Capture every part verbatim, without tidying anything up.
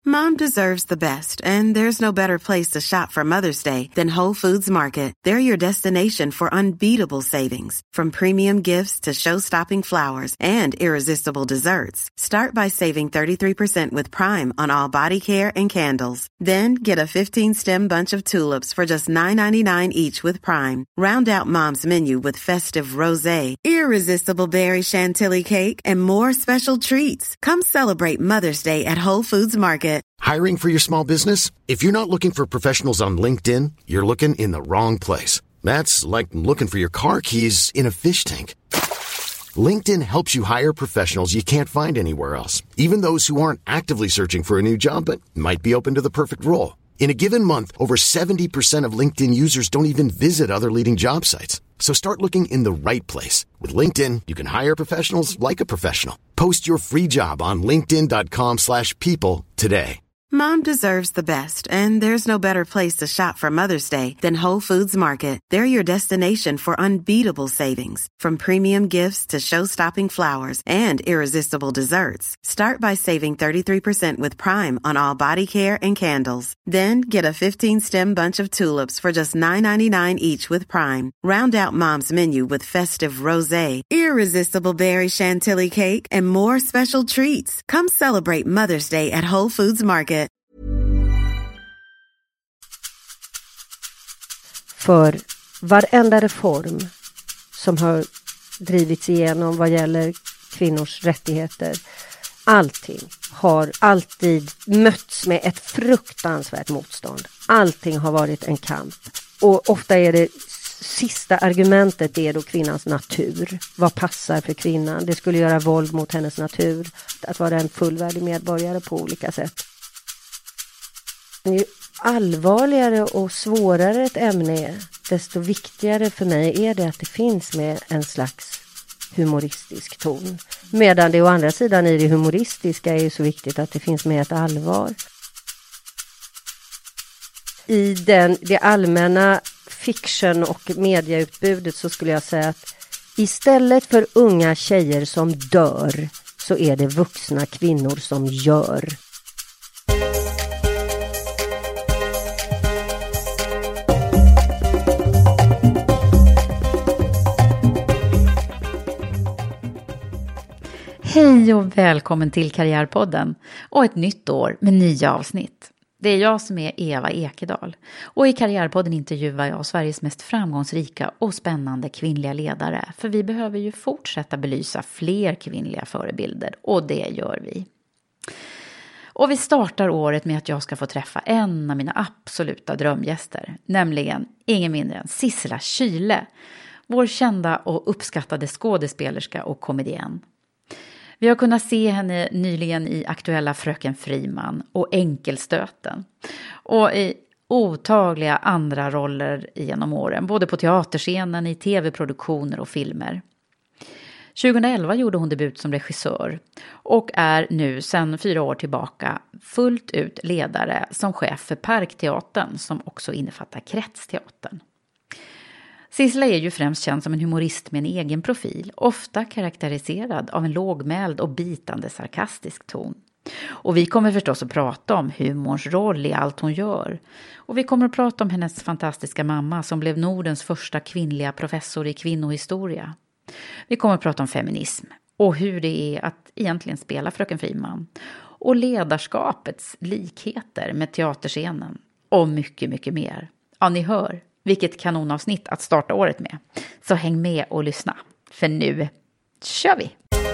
Mom deserves the best, and there's no better place to shop for Mother's Day than Whole Foods Market. They're your destination for unbeatable savings, from premium gifts to show-stopping flowers and irresistible desserts. Start by saving thirty-three percent with Prime on all body care and candles. Then get a fifteen-stem bunch of tulips for just nine ninety-nine each with Prime. Round out Mom's menu with festive rosé, irresistible berry chantilly cake, and more special treats. Come celebrate Mother's Day at Whole Foods Market. Hiring for your small business? If you're not looking for professionals on LinkedIn, you're looking in the wrong place. That's like looking for your car keys in a fish tank. LinkedIn helps you hire professionals you can't find anywhere else, even those who aren't actively searching for a new job but might be open to the perfect role. In a given month, over seventy percent of LinkedIn users don't even visit other leading job sites. So start looking in the right place. With LinkedIn, you can hire professionals like a professional. Post your free job on linkedin dot com slash people today. Mom deserves the best, and there's no better place to shop for Mother's Day than Whole Foods Market. They're your destination for unbeatable savings, from premium gifts to show-stopping flowers and irresistible desserts. Start by saving thirty-three percent with Prime on all body care and candles. Then get a fifteen-stem bunch of tulips for just nine ninety-nine each with Prime. Round out Mom's menu with festive rosé, irresistible berry chantilly cake, and more special treats. Come celebrate Mother's Day at Whole Foods Market. För varenda reform som har drivits igenom vad gäller kvinnors rättigheter, allting har alltid mötts med ett fruktansvärt motstånd. Allting har varit en kamp. Och ofta är det sista argumentet det är då kvinnans natur. Vad passar för kvinnan? Det skulle göra våld mot hennes natur. Att vara en fullvärdig medborgare på olika sätt. Ju allvarligare och svårare ett ämne är, desto viktigare för mig är det att det finns med en slags humoristisk ton. Medan det å andra sidan i det humoristiska är ju så viktigt att det finns med ett allvar. I den, det allmänna fiction- och mediautbudet så skulle jag säga att istället för unga tjejer som dör så är det vuxna kvinnor som gör. Hej och välkommen till Karriärpodden och ett nytt år med nya avsnitt. Det är jag som är Eva Ekedal och i Karriärpodden intervjuar jag Sveriges mest framgångsrika och spännande kvinnliga ledare. För vi behöver ju fortsätta belysa fler kvinnliga förebilder och det gör vi. Och vi startar året med att jag ska få träffa en av mina absoluta drömgäster, nämligen ingen mindre än Sissela Kyle, vår kända och uppskattade skådespelerska och komedienn. Vi har kunnat se henne nyligen i aktuella Fröken Friman och Enkelstöten. Och i otagliga andra roller genom åren. Både på teaterscenen, i tv-produktioner och filmer. tjugoelva gjorde hon debut som regissör. Och är nu sedan fyra år tillbaka fullt ut ledare som chef för Parkteatern. Som också innefattar Kretsteatern. Sissela är ju främst känd som en humorist med en egen profil, ofta karaktäriserad av en lågmäld och bitande sarkastisk ton. Och vi kommer förstås att prata om humorns roll i allt hon gör. Och vi kommer att prata om hennes fantastiska mamma som blev Nordens första kvinnliga professor i kvinnohistoria. Vi kommer att prata om feminism och hur det är att egentligen spela Fröken Friman. Och ledarskapets likheter med teaterscenen och mycket, mycket mer. Ja, ni hör. Vilket kanonavsnitt att starta året med. Så häng med och lyssna. För nu kör vi!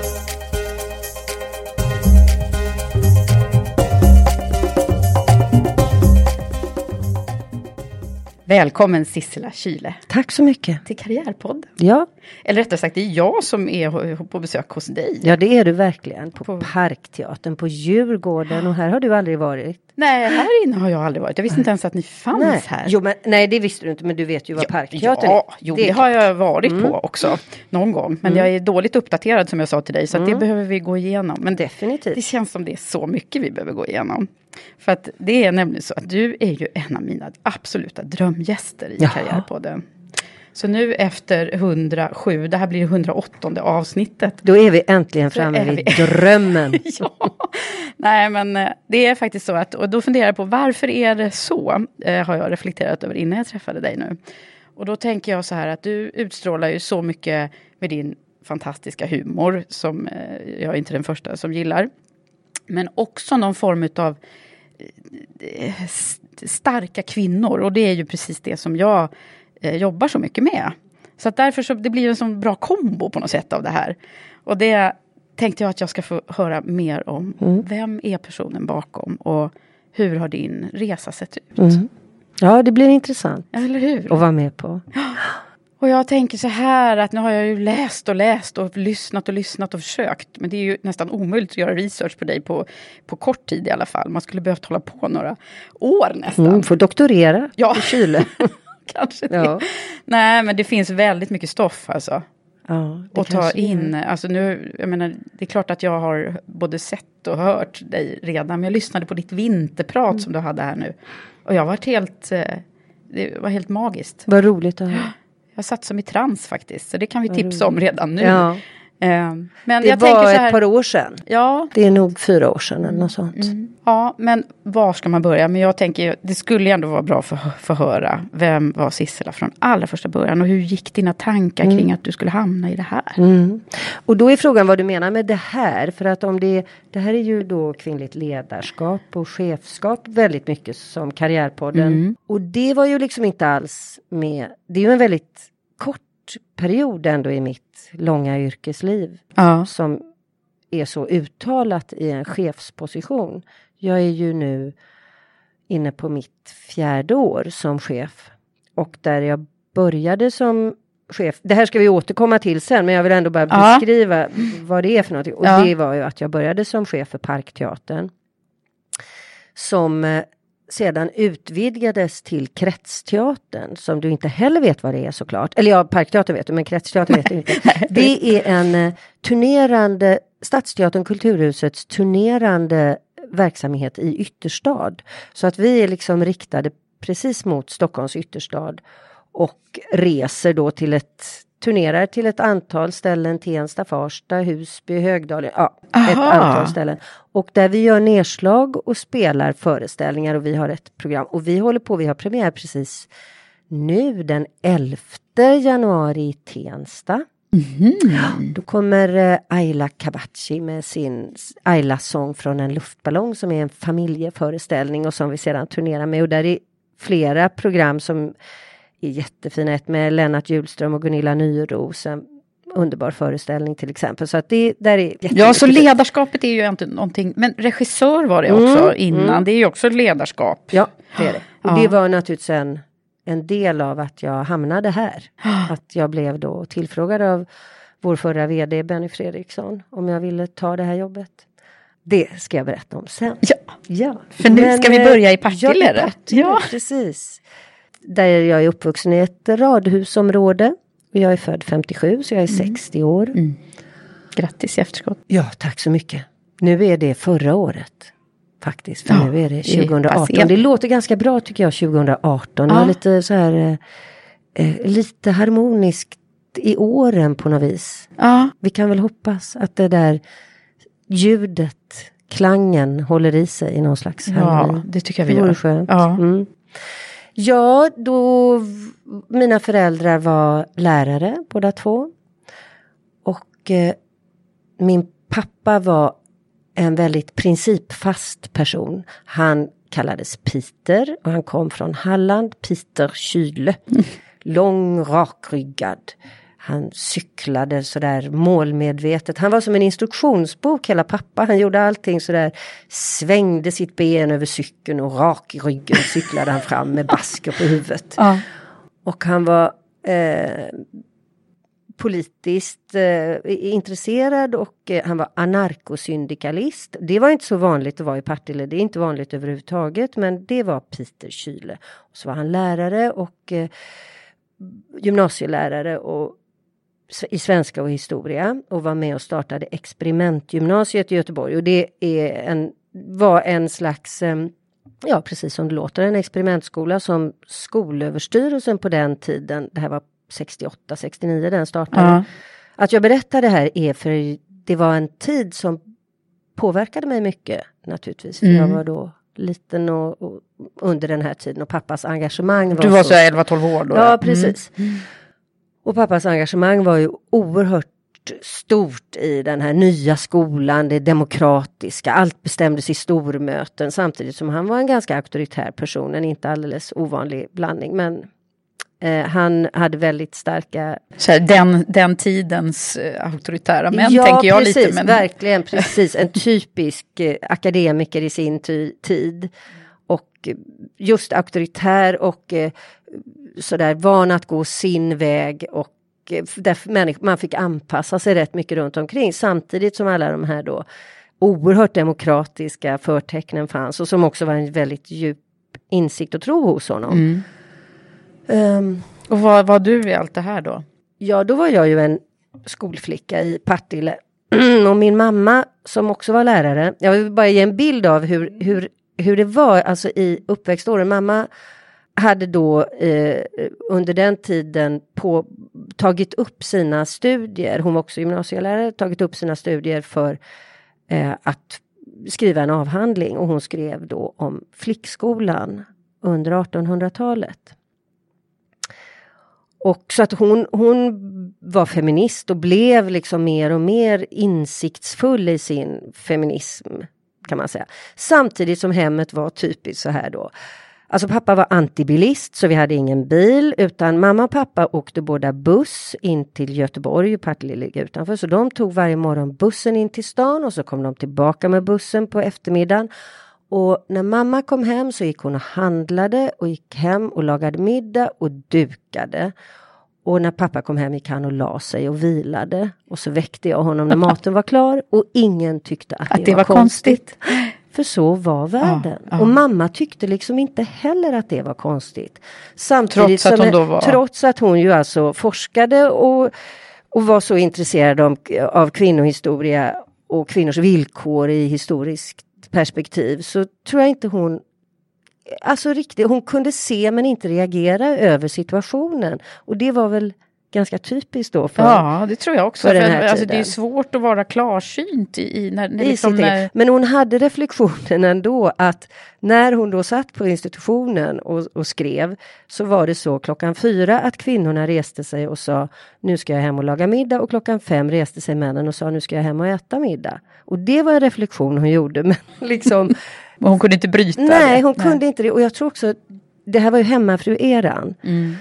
Välkommen Sissela Kyle. Tack så mycket. Till Karriärpodden. Ja. Eller rättare sagt, det är jag som är på besök hos dig. Ja, det är du verkligen. På, på Parkteatern, på Djurgården. Och här har du aldrig varit. Nej, här inne har jag aldrig varit. Jag visste inte ens att ni fanns nej. här. Jo, men, nej, det visste du inte. Men du vet ju vad ja, Parkteatern ja, är. Jo, det, det har jag varit mm. på också. Någon gång. Men mm. jag är dåligt uppdaterad som jag sa till dig. Så mm. att det behöver vi gå igenom. Men definitivt. Det känns som det är så mycket vi behöver gå igenom. För att det är nämligen så att du är ju en av mina absoluta drömgäster i Jaha. Karriärpodden. Så nu efter hundrasju, det här blir det hundraåttonde avsnittet. Då är vi äntligen framme vid drömmen. Ja, nej men det är faktiskt så att, och då funderar jag på varför är det så, eh, har jag reflekterat över innan jag träffade dig nu. Och då tänker jag så här att du utstrålar ju så mycket med din fantastiska humor som eh, jag är inte den första som gillar. Men också någon form av eh, starka kvinnor, och det är ju precis det som jag eh, jobbar så mycket med. Så att därför så det blir en sån bra kombo på något sätt av det här. Och det tänkte jag att jag ska få höra mer om. Mm. Vem är personen bakom och hur har din resa sett ut? Mm. Ja, det blir intressant. Ja, eller hur? Att vara med på. Och jag tänker så här att nu har jag ju läst och läst och lyssnat och lyssnat och försökt. Men det är ju nästan omöjligt att göra research på dig på, på kort tid i alla fall. Man skulle behövt hålla på några år nästan. Mm, får doktorera ja. i Chile. Kanske det. Ja. Nej, men det finns väldigt mycket stoff alltså. Ja, och ta in, är. alltså nu, jag menar, det är klart att jag har både sett och hört dig redan. Men jag lyssnade på ditt vinterprat mm. som du hade här nu. Och jag var helt, det var helt magiskt. Vad roligt att höra. Jag satt som i trans faktiskt. Så det kan vi tipsa om redan nu. Ja. Men det jag var tänker så här, ett par år sedan. Ja. Det är nog fyra år sedan eller något sånt. Mm. Ja, men var ska man börja? Men jag tänker, det skulle ändå vara bra för att höra. Vem var Sissela från allra första början? Och hur gick dina tankar mm. kring att du skulle hamna i det här? Mm. Och då är frågan vad du menar med det här. För att om det, det här är ju då kvinnligt ledarskap och chefskap väldigt mycket som Karriärpodden. Mm. Och det var ju liksom inte alls med, det är ju en väldigt kort period ändå i mitt långa yrkesliv ja. som är så uttalat i en chefsposition. Jag är ju nu inne på mitt fjärde år som chef och där jag började som chef, det här ska vi återkomma till sen, men jag vill ändå bara ja. beskriva vad det är för någonting. Och ja. det var ju att jag började som chef för Parkteatern som sedan utvidgades till Kretsteatern, som du inte heller vet vad det är såklart. Eller ja, Parkteatern vet du, men Kretsteatern vet du inte. Det är en uh, turnerande, Stadsteatern Kulturhusets turnerande verksamhet i ytterstad. Så att vi är liksom riktade precis mot Stockholms ytterstad och reser då till ett, turnerar till ett antal ställen, Tensta, Farsta, Husby, Högdalen, ja, Aha. ett antal ställen. Och där vi gör nedslag och spelar föreställningar och vi har ett program. Och vi håller på, vi har premiär precis nu den elfte januari i Tensta. Mm. Då kommer uh, Ayla Kabachi med sin Ayla-sång från en luftballong som är en familjeföreställning och som vi sedan turnerar med. Och där är flera program som är jättefina. Ett med Lennart Hjulström och Gunilla Nyros. En underbar föreställning till exempel. Så att det där är ja, så ledarskapet är ju inte någonting. Men regissör var det också mm, innan. Mm. Det är ju också ledarskap. Ja, det är det. Och ja. det var naturligtvis en, en del av att jag hamnade här. Att jag blev då tillfrågad av vår förra vd Benny Fredriksson om jag ville ta det här jobbet. Det ska jag berätta om sen. Ja, ja. För nu Men, ska vi börja i Partille. Ja, ja, precis. Där jag är uppvuxen i ett radhusområde. Och jag är född femtiosju, så jag är mm. sextio år. Mm. Grattis i efterskott. Ja, tack så mycket. Nu är det förra året. Faktiskt, för ja, nu är det tjugoarton. Det, det låter ganska bra tycker jag, tjugoarton. Ja. Det var lite så här, eh, lite harmoniskt i åren på något vis. Ja. Vi kan väl hoppas att det där ljudet, klangen håller i sig i någon slags harmoni. Ja, det tycker jag vi gör. Det vore skönt. Ja. Mm. Ja, då mina föräldrar var lärare båda två. Och eh, min pappa var en väldigt principfast person. Han kallades Peter och han kom från Halland. Peter Kyle. Mm. Lång, rakryggad. Han cyklade sådär målmedvetet. Han var som en instruktionsbok hela pappa. Han gjorde allting sådär. Svängde sitt ben över cykeln och rak i ryggen cyklade han fram med basker på huvudet. Ja. Och han var eh, politiskt eh, intresserad och eh, han var anarkosyndikalist. Det var inte så vanligt att vara i Partille. Det är inte vanligt överhuvudtaget, men det var Peter Kyle. Och så var han lärare och eh, gymnasielärare och i svenska och historia och var med och startade experimentgymnasiet i Göteborg. Och det är en, var en slags, ja precis som det låter, en experimentskola som skolöverstyrelsen på den tiden, det här var sextioåtta sextionio den startade. Ja. Att jag berättar det här är för det var en tid som påverkade mig mycket naturligtvis. För mm. jag var då liten och, och under den här tiden och pappas engagemang var Du var så, så elva tolv år då? Ja, precis. Mm. Och pappas engagemang var ju oerhört stort i den här nya skolan, det demokratiska. Allt bestämdes i stormöten samtidigt som han var en ganska auktoritär person. En inte alldeles ovanlig blandning. Men eh, han hade väldigt starka... Så här, den, den tidens eh, auktoritära män ja, tänker jag precis, lite. Men... verkligen precis. En typisk eh, akademiker i sin ty- tid. Och just auktoritär och eh, sådär van att gå sin väg och där man fick anpassa sig rätt mycket runt omkring samtidigt som alla de här då oerhört demokratiska förtecknen fanns och som också var en väldigt djup insikt och tro hos honom. Mm. Um, och vad var du i allt det här då? Ja, då var jag ju en skolflicka i Partille och min mamma som också var lärare. Jag vill bara ge en bild av hur, hur, hur det var alltså i uppväxtåren. Mamma hade då eh, under den tiden på, tagit upp sina studier, hon var också gymnasielärare, tagit upp sina studier för eh, att skriva en avhandling och hon skrev då om flickskolan under artonhundratalet. Och så att hon, hon var feminist och blev liksom mer och mer insiktsfull i sin feminism kan man säga. Samtidigt som hemmet var typiskt så här då. Alltså pappa var antibilist så vi hade ingen bil utan mamma och pappa åkte båda buss in till Göteborg och Partille ligger utanför. Så de tog varje morgon bussen in till stan och så kom de tillbaka med bussen på eftermiddagen. Och när mamma kom hem så gick hon och handlade och gick hem och lagade middag och dukade. Och när pappa kom hem gick han och la sig och vilade. Och så väckte jag honom när maten var klar och ingen tyckte att, att det, det var, var konstigt. konstigt. För så var världen. Ja, ja. Och mamma tyckte liksom inte heller att det var konstigt. Samtidigt trots att hon då var... Trots att hon ju alltså forskade och, och var så intresserad om, av kvinnohistoria och kvinnors villkor i historiskt perspektiv. Så tror jag inte hon... Alltså riktigt, hon kunde se men inte reagera över situationen. Och det var väl ganska typiskt då för ja, det tror jag också. För för den här alltså, tiden. det är svårt att vara klarsynt i, i när, när, liksom när... Men hon hade reflektionen ändå att när hon då satt på institutionen och, och skrev så var det så klockan fyra att kvinnorna reste sig och sa nu ska jag hem och laga middag och klockan fem reste sig männen och sa nu ska jag hem och äta middag. Och det var en reflektion hon gjorde men liksom men hon kunde inte bryta nej, det. hon nej. kunde inte det och jag tror också det här var ju hemmafru-eran. Mm.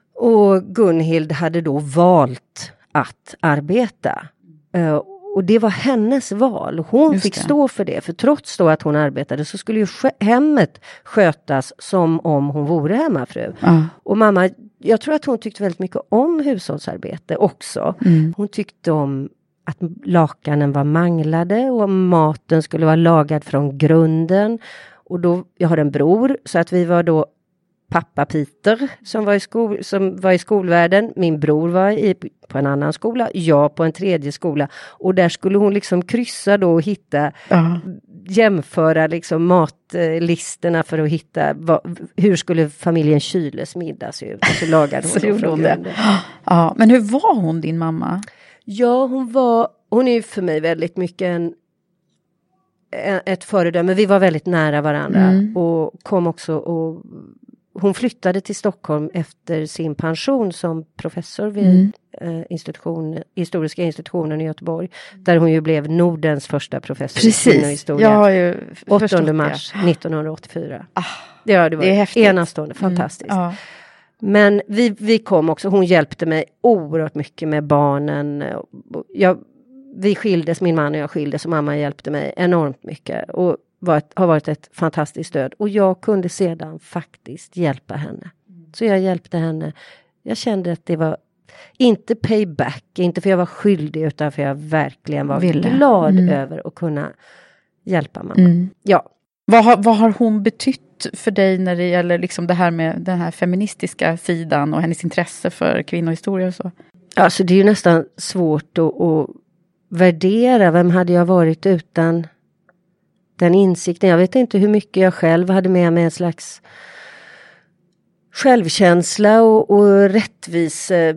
Och Gunhild hade då valt att arbeta. Uh, och det var hennes val. Hon Just fick det. stå för det. För trots då att hon arbetade så skulle ju sk- hemmet skötas som om hon vore hemmafru. Uh. Och mamma, jag tror att hon tyckte väldigt mycket om hushållsarbete också. Mm. Hon tyckte om att lakanen var manglade och maten skulle vara lagad från grunden. Och då, jag har en bror så att vi var då pappa Peter som var i, skol, som var i skolvärlden. Min bror var i, på en annan skola. Jag på en tredje skola. Och där skulle hon liksom kryssa då och hitta, uh. jämföra liksom matlistorna för att hitta vad, hur skulle familjen Kyles middag se ut. Och så lagade hon så då från det. Ja, men hur var hon din mamma? Ja, hon var, hon är ju för mig väldigt mycket en ett föredöme. Vi var väldigt nära varandra mm. och kom också och hon flyttade till Stockholm efter sin pension som professor vid mm. eh, institution, historiska institutionen i Göteborg. Där hon ju blev Nordens första professor Precis. i kvinnohistoria. Jag har ju åttonde mars nittonhundraåttiofyra. Ah, ja, det var det är häftigt. enastående, fantastiskt. Mm, ja. Men vi, vi kom också, hon hjälpte mig oerhört mycket med barnen. Jag, vi skildes, min man och jag skildes och mamma hjälpte mig enormt mycket. Och var ett, har varit ett fantastiskt stöd. Och jag kunde sedan faktiskt hjälpa henne. Så jag hjälpte henne. Jag kände att det var inte payback, inte för jag var skyldig utan för jag verkligen var Ville. glad mm. över att kunna hjälpa mamma. Mm. Ja. Vad har, vad har hon betytt för dig när det gäller liksom det här med den här feministiska sidan och hennes intresse för kvinnohistoria och så? Alltså det är ju nästan svårt att, att värdera. Vem hade jag varit utan den insikten? Jag vet inte hur mycket jag själv hade med mig en slags självkänsla och, och rättvise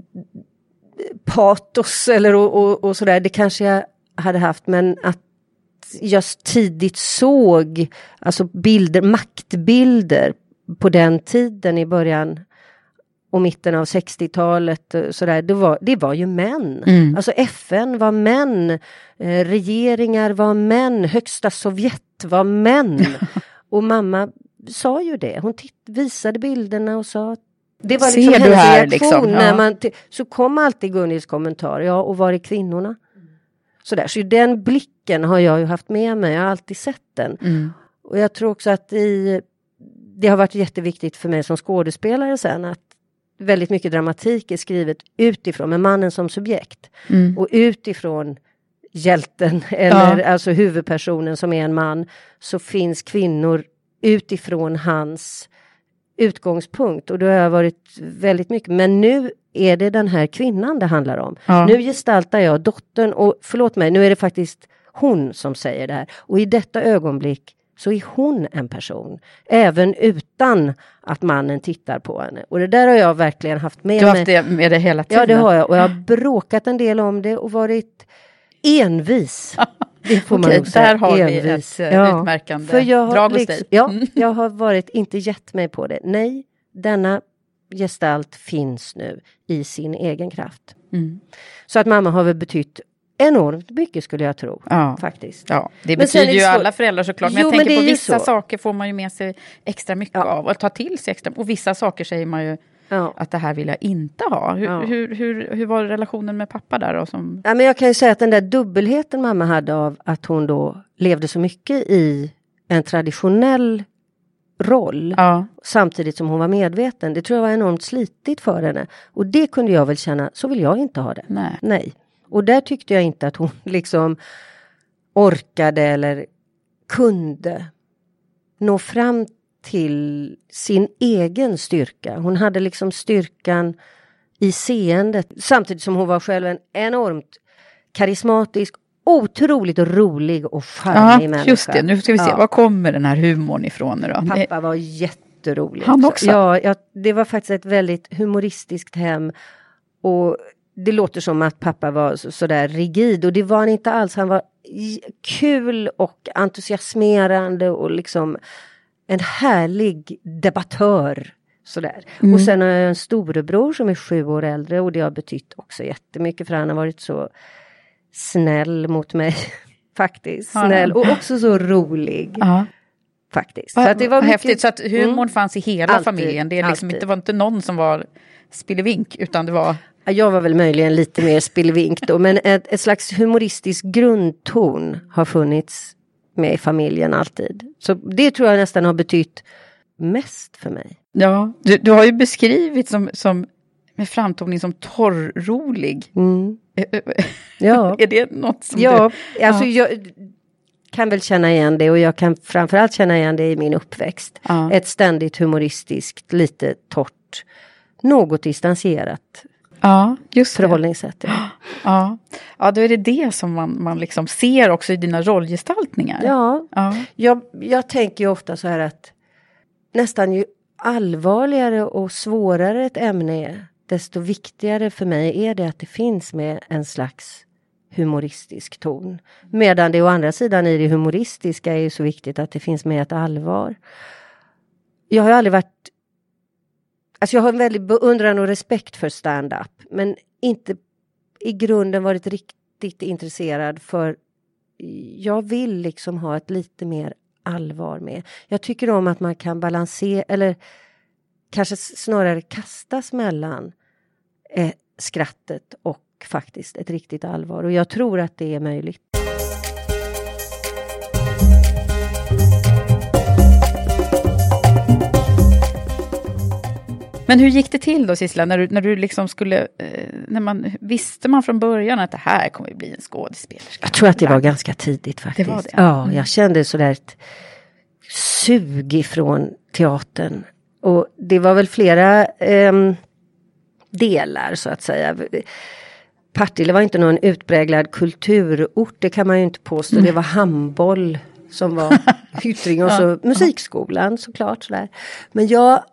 patos eller och, och, och sådär. Det kanske jag hade haft, men att jag tidigt såg alltså bilder, maktbilder på den tiden i början och mitten av sextiotalet sådär, det var, det var ju män. Mm. Alltså F N var män, eh, regeringar var män, högsta Sovjet var män. Och mamma sa ju det. Hon titt, visade bilderna och sa att det var liksom hennes här, reaktion. Liksom? Ja. När man t- så kom alltid Gunnils kommentar. Ja, och var är kvinnorna? Sådär. Så den blicken har jag ju haft med mig. Jag har alltid sett den. Mm. Och jag tror också att i, det har varit jätteviktigt för mig som skådespelare sen att väldigt mycket dramatik är skrivet utifrån med mannen som subjekt. Mm. Och utifrån hjälten eller ja. Alltså huvudpersonen som är en man, så finns kvinnor utifrån hans utgångspunkt. Och då har jag varit väldigt mycket. Men nu är det den här kvinnan det handlar om. Ja. Nu gestaltar jag dottern och förlåt mig, nu är det faktiskt hon som säger det här. Och i detta ögonblick så är hon en person. Även utan att mannen tittar på henne. Och det där har jag verkligen haft med mig. Du har haft det med det hela tiden? Ja, det har jag. Och jag har bråkat en del om det och varit envis. Det får man Okej, nog säga. Där har envis. vi ett ja. utmärkande För jag har drag hos liksom, dig. Ja, mm. jag har varit, inte gett mig på det. Nej, denna gestalt finns nu i sin egen kraft. Mm. Så att mamma har väl betytt enormt mycket skulle jag tro. Ja. Faktiskt. Ja, det betyder ju så... alla föräldrar såklart. Men jo, jag tänker men på vissa så. saker får man ju med sig extra mycket ja. av. Och ta till sig extra. Och vissa saker säger man ju ja. att det här vill jag inte ha. Hur, ja. hur, hur, hur var relationen med pappa där då? Som... Ja, men jag kan ju säga att den där dubbelheten mamma hade av att hon då levde så mycket i en traditionell roll. Ja. Samtidigt som hon var medveten. Det tror jag var enormt slitigt för henne. Och det kunde jag väl känna, så vill jag inte ha det. Nej. Nej. Och där tyckte jag inte att hon liksom orkade eller kunde nå fram till sin egen styrka. Hon hade liksom styrkan i seendet. Samtidigt som hon var själv en enormt karismatisk, otroligt rolig och charmig människa. Just det, nu ska vi se. Ja. Var kommer den här humorn ifrån nu då? Pappa var jätterolig. Han också? Ja, ja, det var faktiskt ett väldigt humoristiskt hem. Och det låter som att pappa var så, sådär rigid. Och det var han inte alls. Han var kul och entusiasmerande och liksom en härlig debattör. Sådär. Mm. Och sen har jag en storebror som är sju år äldre. Och det har betytt också jättemycket. För han har varit så snäll mot mig. Faktiskt. Ja. Snäll. Och också så rolig. Ja. Faktiskt. Så att det var mycket... häftigt. Så att humorn mm. fanns i hela alltid, familjen. Det, är liksom inte, det var inte någon som var spillevink. Utan det var... Jag var väl möjligen lite mer spillevink då. Men ett, ett slags humoristisk grundton har funnits med i familjen alltid. Så det tror jag nästan har betytt mest för mig. Ja, du, du har ju beskrivit som, som med framtoning som torrrolig. Mm. Ja. Är det något som ja, du... Alltså ja, jag kan väl känna igen det. Och jag kan framförallt känna igen det i min uppväxt. Ja. Ett ständigt humoristiskt, lite torrt, något distanserat. Ja, just det. Förhållningssätt. Ja. Ja. Ja, då är det det som man, man liksom ser också i dina rollgestaltningar. Ja, ja. Jag, jag tänker ju ofta så här att nästan ju allvarligare och svårare ett ämne är, desto viktigare för mig är det att det finns med en slags humoristisk ton. Medan det å andra sidan i det humoristiska är ju så viktigt att det finns med ett allvar. Jag har ju aldrig varit... Alltså jag har en väldigt beundran och respekt för stand-up. Men inte i grunden varit riktigt intresserad för... Jag vill liksom ha ett lite mer allvar med. Jag tycker om att man kan balansera... Eller kanske snarare kastas mellan eh, skrattet och faktiskt ett riktigt allvar. Och jag tror att det är möjligt. Men hur gick det till då, Sissela, när du, när du liksom skulle, eh, när man, visste man från början att det här kommer bli en skådespelerska? Jag tror att det var ganska tidigt faktiskt. Det var det. Ja, jag kände sådär ett sug ifrån teatern. Och det var väl flera eh, delar så att säga. Partille var inte någon utpräglad kulturort, det kan man ju inte påstå. Mm. Det var handboll som var yttring och så musikskolan såklart. Sådär. Men jag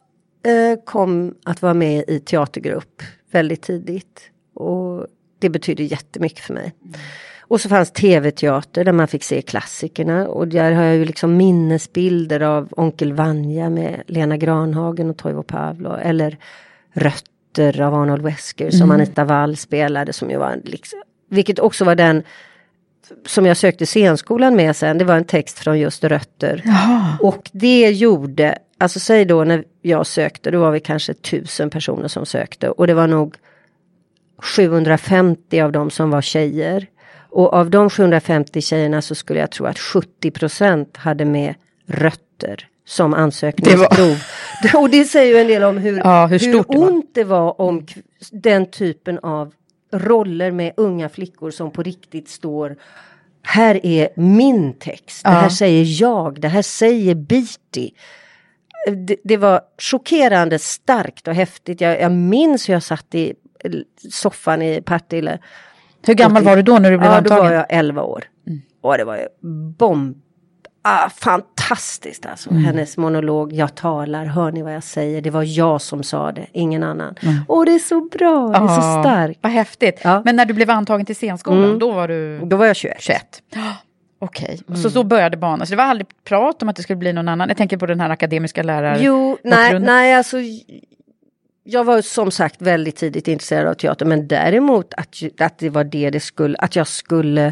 eh, kom att vara med i teatergrupp väldigt tidigt. Och det betydde jättemycket för mig. Mm. Och så fanns tv-teater där man fick se klassikerna. Och där har jag ju liksom minnesbilder av Onkel Vanja med Lena Granhagen och Toivo Pavlo. Eller Rötter av Arnold Wesker som mm. Anita Wall spelade. Som ju var en, liksom, vilket också var den som jag sökte scenskolan med sen. Det var en text från just Rötter. Jaha. Och det gjorde, alltså säg då när jag sökte, då var vi kanske tusen personer som sökte. Och det var nog sjuhundrafemtio av dem som var tjejer. Och av de sjuhundrafemtio tjejerna så skulle jag tro att sjuttio procent hade med Rötter som ansökningsprov. Det var... Och det säger ju en del om hur, ja, hur, hur det ont det var om den typen av roller med unga flickor som på riktigt står, här är min text, ja. Det här säger jag, det här säger Beatty. Det, det var chockerande starkt och häftigt. Jag, jag minns hur jag satt i soffan i Partille. Hur gammal var du då när du blev ja, antagen? Ja, då var jag elva år. Mm. Och det var ju bomb. Ah, fantastiskt alltså. Mm. Hennes monolog, jag talar, hör ni vad jag säger? Det var jag som sa det, ingen annan. Mm. Och det är så bra, det är ah, så starkt. Vad häftigt. Ja. Men när du blev antagen till scenskolan, mm. då var du... Då var jag tjugoett. tjugoett. Okej, okay. mm. så så började banan. Så det var aldrig prat om att det skulle bli någon annan. Jag tänker på den här akademiska läraren. Jo, nej, nej alltså... Jag var som sagt väldigt tidigt intresserad av teater. Men däremot att, att det var det det skulle... Att jag skulle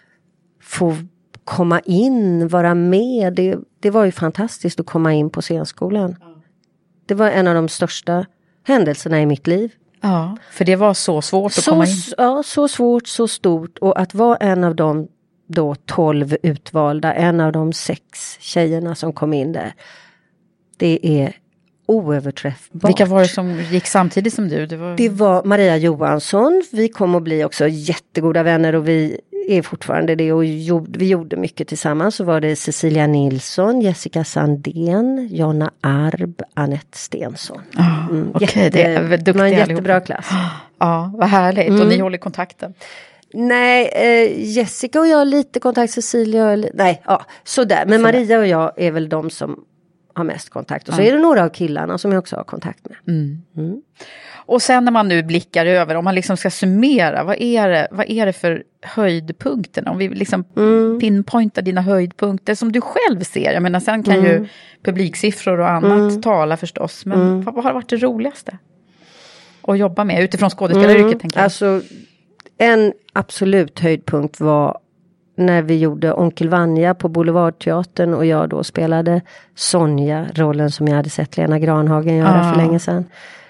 få komma in, vara med. Det, det var ju fantastiskt att komma in på scenskolan. Ja. Det var en av de största händelserna i mitt liv. Ja, för det var så svårt att så, komma in. Ja, så svårt, så stort. Och att vara en av de då tolv utvalda, en av de sex tjejerna som kom in där. Det är oöverträffbart. Vilka var det som gick samtidigt som du? Det var, det var Maria Johansson. Vi kom att bli också jättegoda vänner och vi är fortfarande det. Och gjorde, vi gjorde mycket tillsammans. Så var det Cecilia Nilsson, Jessica Sandén, Jonna Arb, Anette Stensson. Oh, mm, Okej, okay, det är väl duktiga en jättebra klass. Ja, vad härligt. Mm. Och ni håller kontakten. Nej, eh, Jessica och jag har lite kontakt, Cecilia och, nej, ja, sådär. Men Maria och jag är väl de som har mest kontakt. Och så ja. Är det några av killarna som jag också har kontakt med. Mm. Mm. Och sen när man nu blickar över, om man liksom ska summera, vad är det, vad är det för höjdpunkterna? Om vi liksom mm. pinpointar dina höjdpunkter som du själv ser. Jag menar, sen kan mm. ju publiksiffror och annat mm. tala förstås. Men mm. vad, vad har varit det roligaste att jobba med utifrån skådespelaryrket? Mm. Tänker jag. Alltså, en absolut höjdpunkt var när vi gjorde Onkel Vanja på Boulevardteatern och jag då spelade Sonja, rollen som jag hade sett Lena Granhagen göra ah. för länge sedan.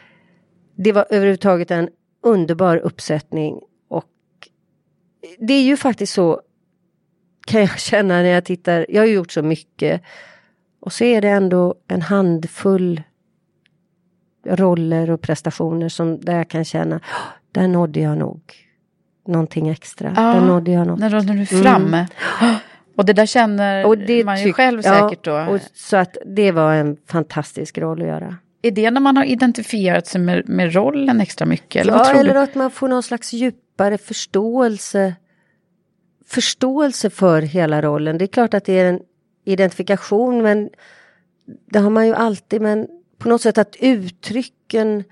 Det var överhuvudtaget en underbar uppsättning och det är ju faktiskt så, kan jag känna när jag tittar, jag har ju gjort så mycket och så är det ändå en handfull roller och prestationer som där jag kan känna, där nådde jag nog någonting extra. Ja, där nådde jag något. När du är framme. Mm. Och det där känner och det man ju tyck, själv säkert ja, då. Och så att det var en fantastisk roll att göra. Är det när man har identifierat sig med, med rollen extra mycket? Eller ja, vad tror eller du? Att man får någon slags djupare förståelse. Förståelse för hela rollen. Det är klart att det är en identifikation, men det har man ju alltid. Men på något sätt att uttrycken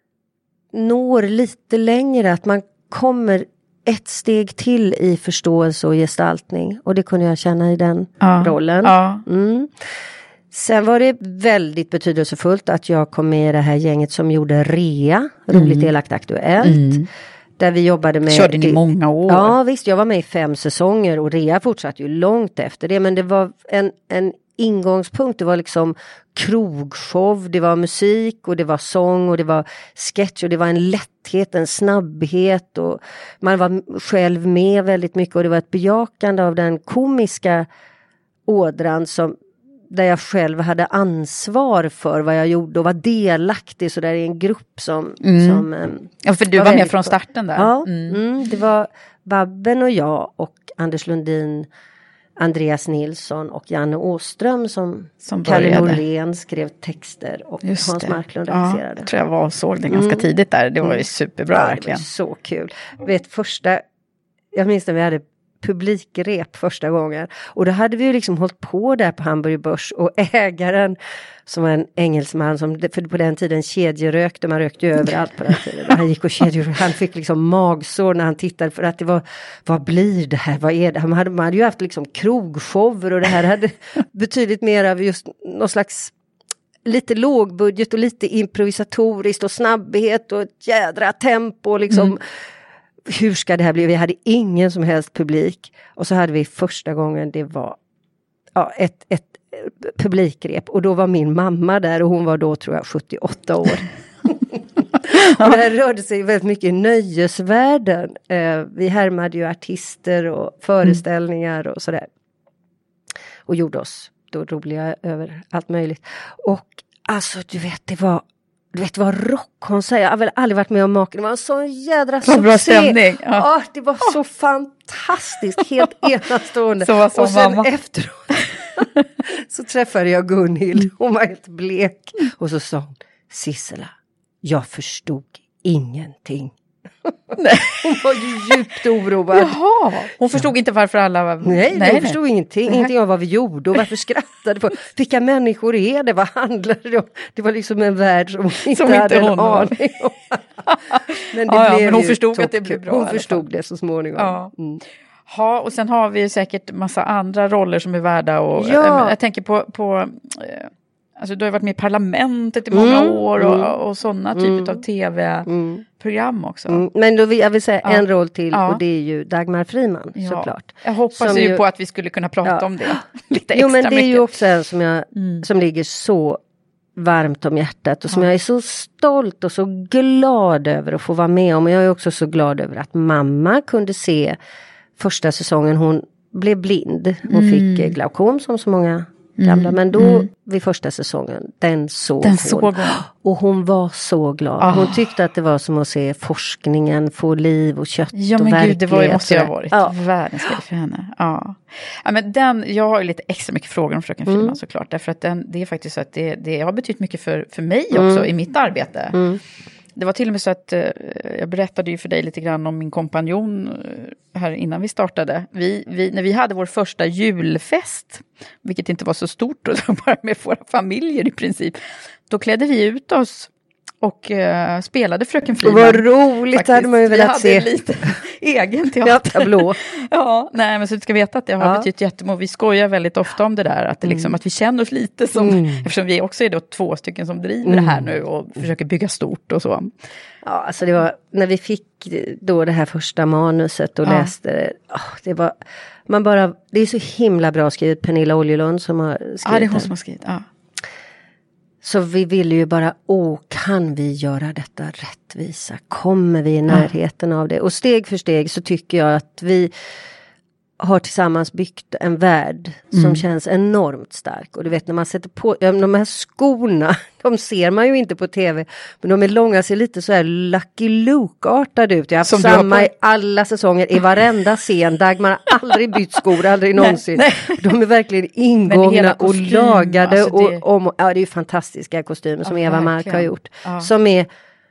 når lite längre. Att man kommer ett steg till i förståelse och gestaltning. Och det kunde jag känna i den ja. rollen. Ja. Mm. Sen var det väldigt betydelsefullt att jag kom med i det här gänget som gjorde Rea. Roligt mm. elakt aktuellt. Mm. Där vi jobbade med... Körde ni många år? Ja visst, jag var med i fem säsonger. Och Rea fortsatte ju långt efter det. Men det var en, en ingångspunkt. Det var liksom krogshow. Det var musik och det var sång och det var sketch. Och det var en lätthet, en snabbhet. Och man var själv med väldigt mycket. Och det var ett bejakande av den komiska ådran som... Där jag själv hade ansvar för vad jag gjorde och var delaktig så där i en grupp som... Mm. som ja, för du var, var med från starten där. Ja, mm. Mm, det var Babben och jag och Anders Lundin, Andreas Nilsson och Janne Åström som, som Kalle Norlén skrev texter och Just Hans det. Marklund regisserade. Ja, jag tror jag var och såg det ganska mm. tidigt där. Det var ju superbra ja, verkligen. Det var så kul. Vet, första... Jag minns när vi hade publikrep första gången. Och då hade vi ju liksom hållit på där på Hamburger Börs och ägaren som var en engelsman som för på den tiden kedjerökte, man rökte ju överallt på den tiden. Han gick och kedjerökte, han fick liksom magsår när han tittade för att det var, vad blir det här, vad är det? Man hade, man hade ju haft liksom krogshower och det här hade betydligt mer av just någon slags lite lågbudget och lite improvisatoriskt och snabbhet och ett jädra tempo liksom. Mm. Hur ska det här bli? Vi hade ingen som helst publik. Och så hade vi första gången, det var ja, ett, ett publikrep. Och då var min mamma där och hon var då tror jag sjuttioåtta år. Och det här rörde sig väldigt mycket i nöjesvärlden. Eh, vi härmade ju artister och föreställningar och sådär. Och gjorde oss då roliga över allt möjligt. Och alltså du vet, det var Du vet vad rock hon säger. Jag har väl aldrig varit med om maken. Det var en sån jädra succé. Bra stämning. Ja. Ja, det var så fantastiskt. Helt enastående. Så var så och sen mamma. efteråt så träffade jag Gunhild. Hon var helt blek. Och så sa hon, Sissela, jag förstod ingenting. Nej. Hon var ju djupt oroad. Jaha, hon förstod inte varför alla var... Nej, nej hon nej. förstod ingenting. Nej. Ingenting av vad vi gjorde och varför skrattade på. Vilka människor är det? Vad handlar det om? Det var liksom en värld som hon inte som hade inte en aning om. Men, det ja, blev ja, men hon förstod topp. Att det blev bra. Hon förstod det så småningom. Ja. Mm. Ja, och sen har vi ju säkert massa andra roller som är värda. Och, ja. äh, jag tänker på... på äh, Alltså du har varit med i parlamentet i många mm, år och, mm, och sådana typer mm, av tv-program mm, också. Mm, men då vill jag vill säga ja. en roll till ja. och det är ju Dagmar Friman ja. såklart. Jag hoppas som ju, ju på att vi skulle kunna prata ja. om det lite extra. Jo men det mycket. är ju också en som, jag, mm. som ligger så varmt om hjärtat och som ja. jag är så stolt och så glad över att få vara med om. Och jag är också så glad över att mamma kunde se första säsongen. Hon blev blind. Hon mm. fick glaukom som så många gamla, mm, men då mm. vid första säsongen den såg den hon såg och hon var så glad. Oh. Hon tyckte att det var som att se forskningen få liv och kött ja, och men verklighet. Gud, det var ju, måste ju ha varit ja. världens grej för henne. Ja. Ja, men den, jag har ju lite extra mycket frågor om Fröken Friman mm. såklart, därför att den, det är faktiskt så att det, det har betytt mycket för, för mig också mm. i mitt arbete. Mm. Det var till och med så att eh, jag berättade ju för dig lite grann om min kompanjon eh, här innan vi startade. Vi, vi, när vi hade vår första julfest, vilket inte var så stort och bara med våra familjer i princip, då klädde vi ut oss och uh, spelade Fröken Friman. Vad roligt, faktiskt. Hade man ju velat se. Vi hade lite egen teater. Ja, blå. Ja, nej men så du ska veta att det har ja. betytt jättemånga. Vi skojar väldigt ofta om det där, att, det liksom, mm. att vi känner oss lite som, mm. eftersom vi också är då två stycken som driver mm. det här nu och försöker bygga stort och så. Ja, alltså det var, när vi fick då det här första manuset och ja. läste det, oh, det var, man bara, det är så himla bra skrivet, Pernilla Oljelund som har skrivit. Ja, det är hon som har skrivit, ja. Så vi ville ju bara, åh, kan vi göra detta rättvisa? Kommer vi i närheten ja. av det? Och steg för steg så tycker jag att vi har tillsammans byggt en värld som mm. känns enormt stark. Och du vet när man sätter på, ja, de här skorna, de ser man ju inte på tv. Men de är långa, ser lite så här Lucky Luke-artade ut. Jag har haft samma i alla säsonger, i varenda scen. Dagmar har aldrig bytt skor, aldrig någonsin. Nej, nej. De är verkligen ingångna och lagade. Alltså det... och, om, ja, det är ju fantastiska kostymer som ja, Eva Mark har gjort. Ja. Som är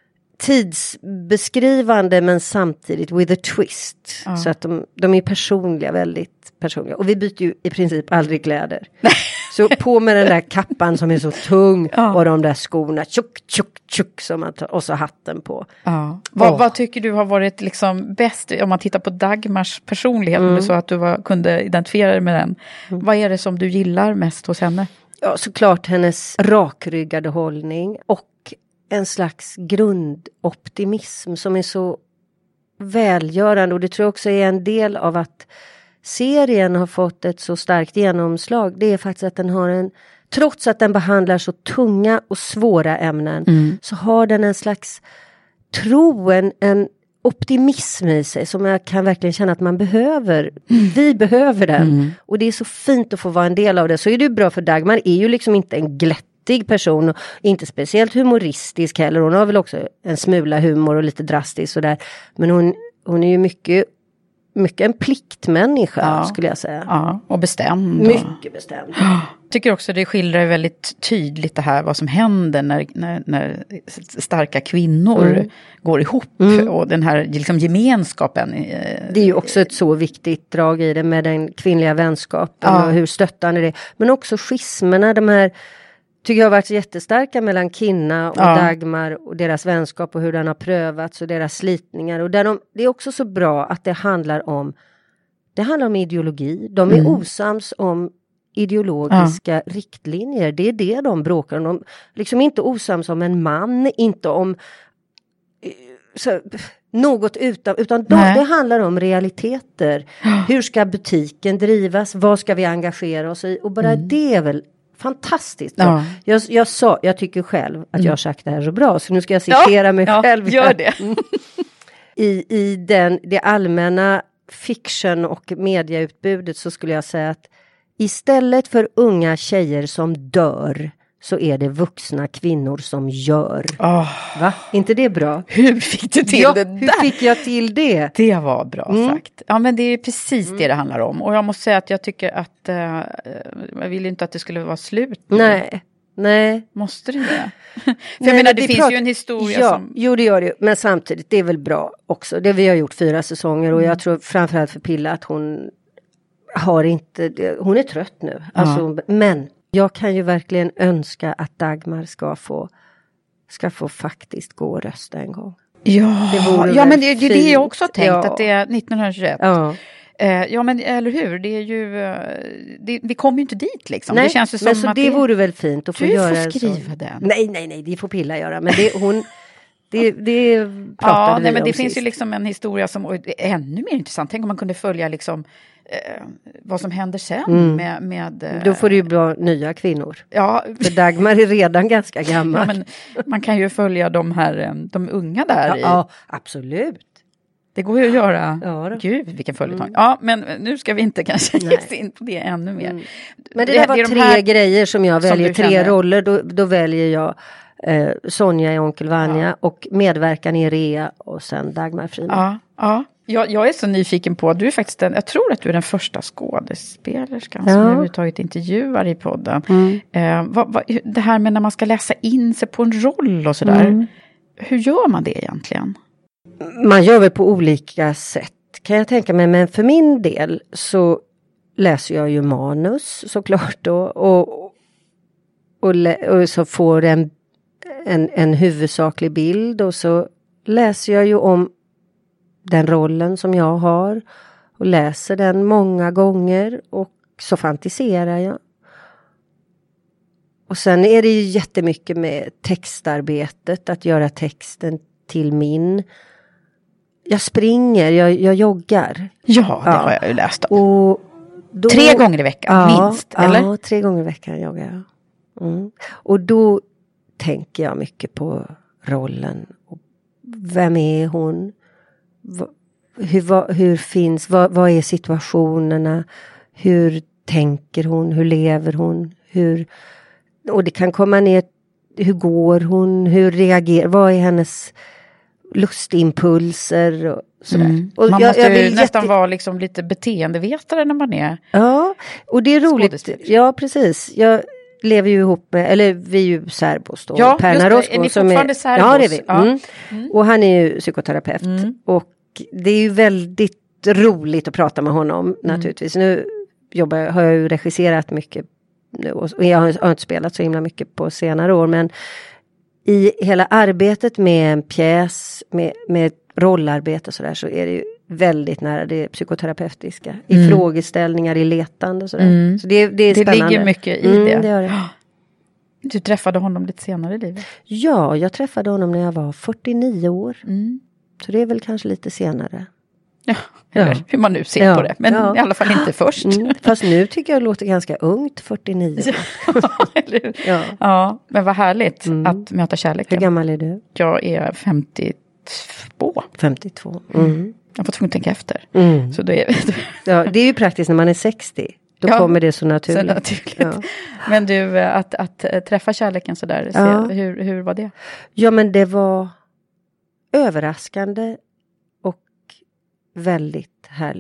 tidsbeskrivande men samtidigt with a twist. Ja. Så att de, de är personliga, väldigt personliga. Och vi byter ju i princip aldrig kläder. Så på med den där kappan som är så tung ja. och de där skorna tjock, tjock, tjock som man tar, och så hatten på. Ja. Vad, vad tycker du har varit liksom bäst om man tittar på Dagmars personlighet mm. så att du var, kunde identifiera dig med den. Mm. Vad är det som du gillar mest hos henne? Ja, såklart hennes rakryggade hållning och en slags grundoptimism som är så välgörande, och det tror jag också är en del av att serien har fått ett så starkt genomslag. Det är faktiskt att den har en, trots att den behandlar så tunga och svåra ämnen mm. så har den en slags tro, en, en optimism i sig som jag kan verkligen känna att man behöver. Mm. Vi behöver den. Mm. Och det är så fint att få vara en del av det. Så är det ju bra, för Dagmar är ju liksom inte en glättig person och inte speciellt humoristisk heller. Hon har väl också en smula humor och lite drastisk sådär. Men hon, hon är ju mycket, mycket en pliktmänniska ja. skulle jag säga. Ja, och bestämd. Mycket bestämd. tycker också det skildrar väldigt tydligt det här vad som händer när, när, när starka kvinnor mm. går ihop mm. och den här liksom, gemenskapen. Det är ju också ett så viktigt drag i det med den kvinnliga vänskapen ja. och hur stöttande det är. Men också schismerna, de här tycker jag har varit jättestarka mellan Kinna och ja. Dagmar och deras vänskap och hur den har prövats och deras slitningar. Och där de, det är också så bra att det handlar om det handlar om ideologi. De är mm. osams om ideologiska ja. riktlinjer. Det är det de bråkar om. De liksom inte osams om en man, inte om så, något utan, utan de, det handlar om realiteter. Hur ska butiken drivas? Vad ska vi engagera oss i? Och bara mm. det är väl fantastiskt. Ja. Jag, jag, sa, jag tycker själv att mm. jag har sagt det här så bra, så nu ska jag citera ja, mig ja, själv. Gör det. I, i den, det allmänna fiction- och medieutbudet så skulle jag säga att istället för unga tjejer som dör så är det vuxna kvinnor som gör. Oh. Va? Inte det bra? Hur fick du till ja, det där? Hur fick jag till det? Det var bra mm. sagt. Ja, men det är precis mm. det det handlar om. Och jag måste säga att jag tycker att uh, jag vill inte att det skulle vara slut nu. Nej. Nej. Måste det det? För Nej, jag menar, det, det finns pratar... ju en historia ja, som... Jo, det gör det. Men samtidigt, det är väl bra också. Det vi har gjort fyra säsonger och mm. jag tror framförallt för Pilla att hon har inte... Hon är trött nu. Ja. Alltså, men jag kan ju verkligen önska att Dagmar ska få, ska få faktiskt gå och rösta en gång. Ja, ja men det, det är det jag också har tänkt, ja. att det är nittonhundratjugoett. Ja. Eh, ja, men eller hur? Det är ju... Det, vi kommer ju inte dit liksom. Nej, det känns ju som men så att det, det vore väl fint att få du göra får skriva så. Den. Nej, nej, nej. Det får Pilla göra. Men det, hon... Det, det pratade ja, vi nej, men om det sist. finns ju liksom en historia som är ännu mer intressant. Tänk om man kunde följa liksom eh, vad som händer sen mm. med... med eh, Då får det ju bli nya kvinnor. Ja. För Dagmar är redan ganska gammal. Ja, men man kan ju följa de här, de unga där. Ja, i. ja absolut. Det går ju att göra. Ja, Gud, vilken följetong. Mm. Ja, men nu ska vi inte kanske ge oss in på det ännu mer. Mm. Men det, det där var det tre här grejer som jag väljer. Som tre känner. roller. Då, då väljer jag eh, Sonja i Onkel Vanja ja. och medverkan i Rea och sen Dagmar Friman. Ja, ja. Jag, jag är så nyfiken på, du är faktiskt den, jag tror att du är den första skådespelerskan ja. som överhuvudtaget intervjuar i podden. Mm. Eh, vad, vad, det här med när man ska läsa in sig på en roll och sådär. Mm. Hur gör man det egentligen? Man gör väl på olika sätt kan jag tänka mig. Men för min del så läser jag ju manus såklart då. Och, och, lä- och så får en, en, en huvudsaklig bild. Och så läser jag ju om den rollen som jag har. Och läser den många gånger. Och så fantiserar jag. Och sen är det ju jättemycket med textarbetet. Att göra texten till min. Jag springer, jag, jag joggar. Ja, det ja. har jag ju läst om. Och då, tre gånger i veckan, ja, minst, eller? Ja, tre gånger i veckan joggar jag. Mm. Och då tänker jag mycket på rollen. Vem är hon? Hur, vad, hur finns, vad, vad är situationerna? Hur tänker hon? Hur lever hon? Hur, och det kan komma ner, hur går hon? Hur reagerar, vad är hennes lustimpulser och sådär. Mm. Och man jag, måste jag ju jätte... nästan vara liksom lite beteendevetare när man är Ja, och det är roligt. Ja, precis. Jag lever ju ihop med, eller vi är ju särbos då. Ja, Perna just det. Är ni fortfarande är, särbos? Ja, det är vi. Ja. Mm. Mm. Och han är ju psykoterapeut. Mm. Och det är ju väldigt roligt att prata med honom mm. naturligtvis. Nu jobbar, har jag ju regisserat mycket nu och jag har, har inte spelat så himla mycket på senare år, men i hela arbetet med en pjäs, med, med rollarbete och sådär, så är det ju väldigt nära det psykoterapeutiska. I mm. frågeställningar, i letande och sådär. Mm. Så det, det är spännande. Det ligger mycket i mm, det. det, gör det. Du träffade honom lite senare i livet? Ja, jag träffade honom när jag var fyrtionio år. Mm. Så det är väl kanske lite senare. Ja, eller ja. hur man nu ser ja. på det. Men ja. i alla fall inte först. Mm. Fast nu tycker jag det låter ganska ungt, fyrtionio. ja, ja. ja, men vad härligt mm. att möta kärleken. Hur gammal är du? Jag är femtiotvå. femtiotvå. Mm. Jag får tvungen att tänka efter. Mm. Så det, är... ja, det är ju praktiskt när man är sextio. Då ja, kommer det så naturligt. Så naturligt. Ja. Men du, att, att, att träffa kärleken så där, ja. hur, hur var det? Ja, men det var överraskande och väldigt härligt.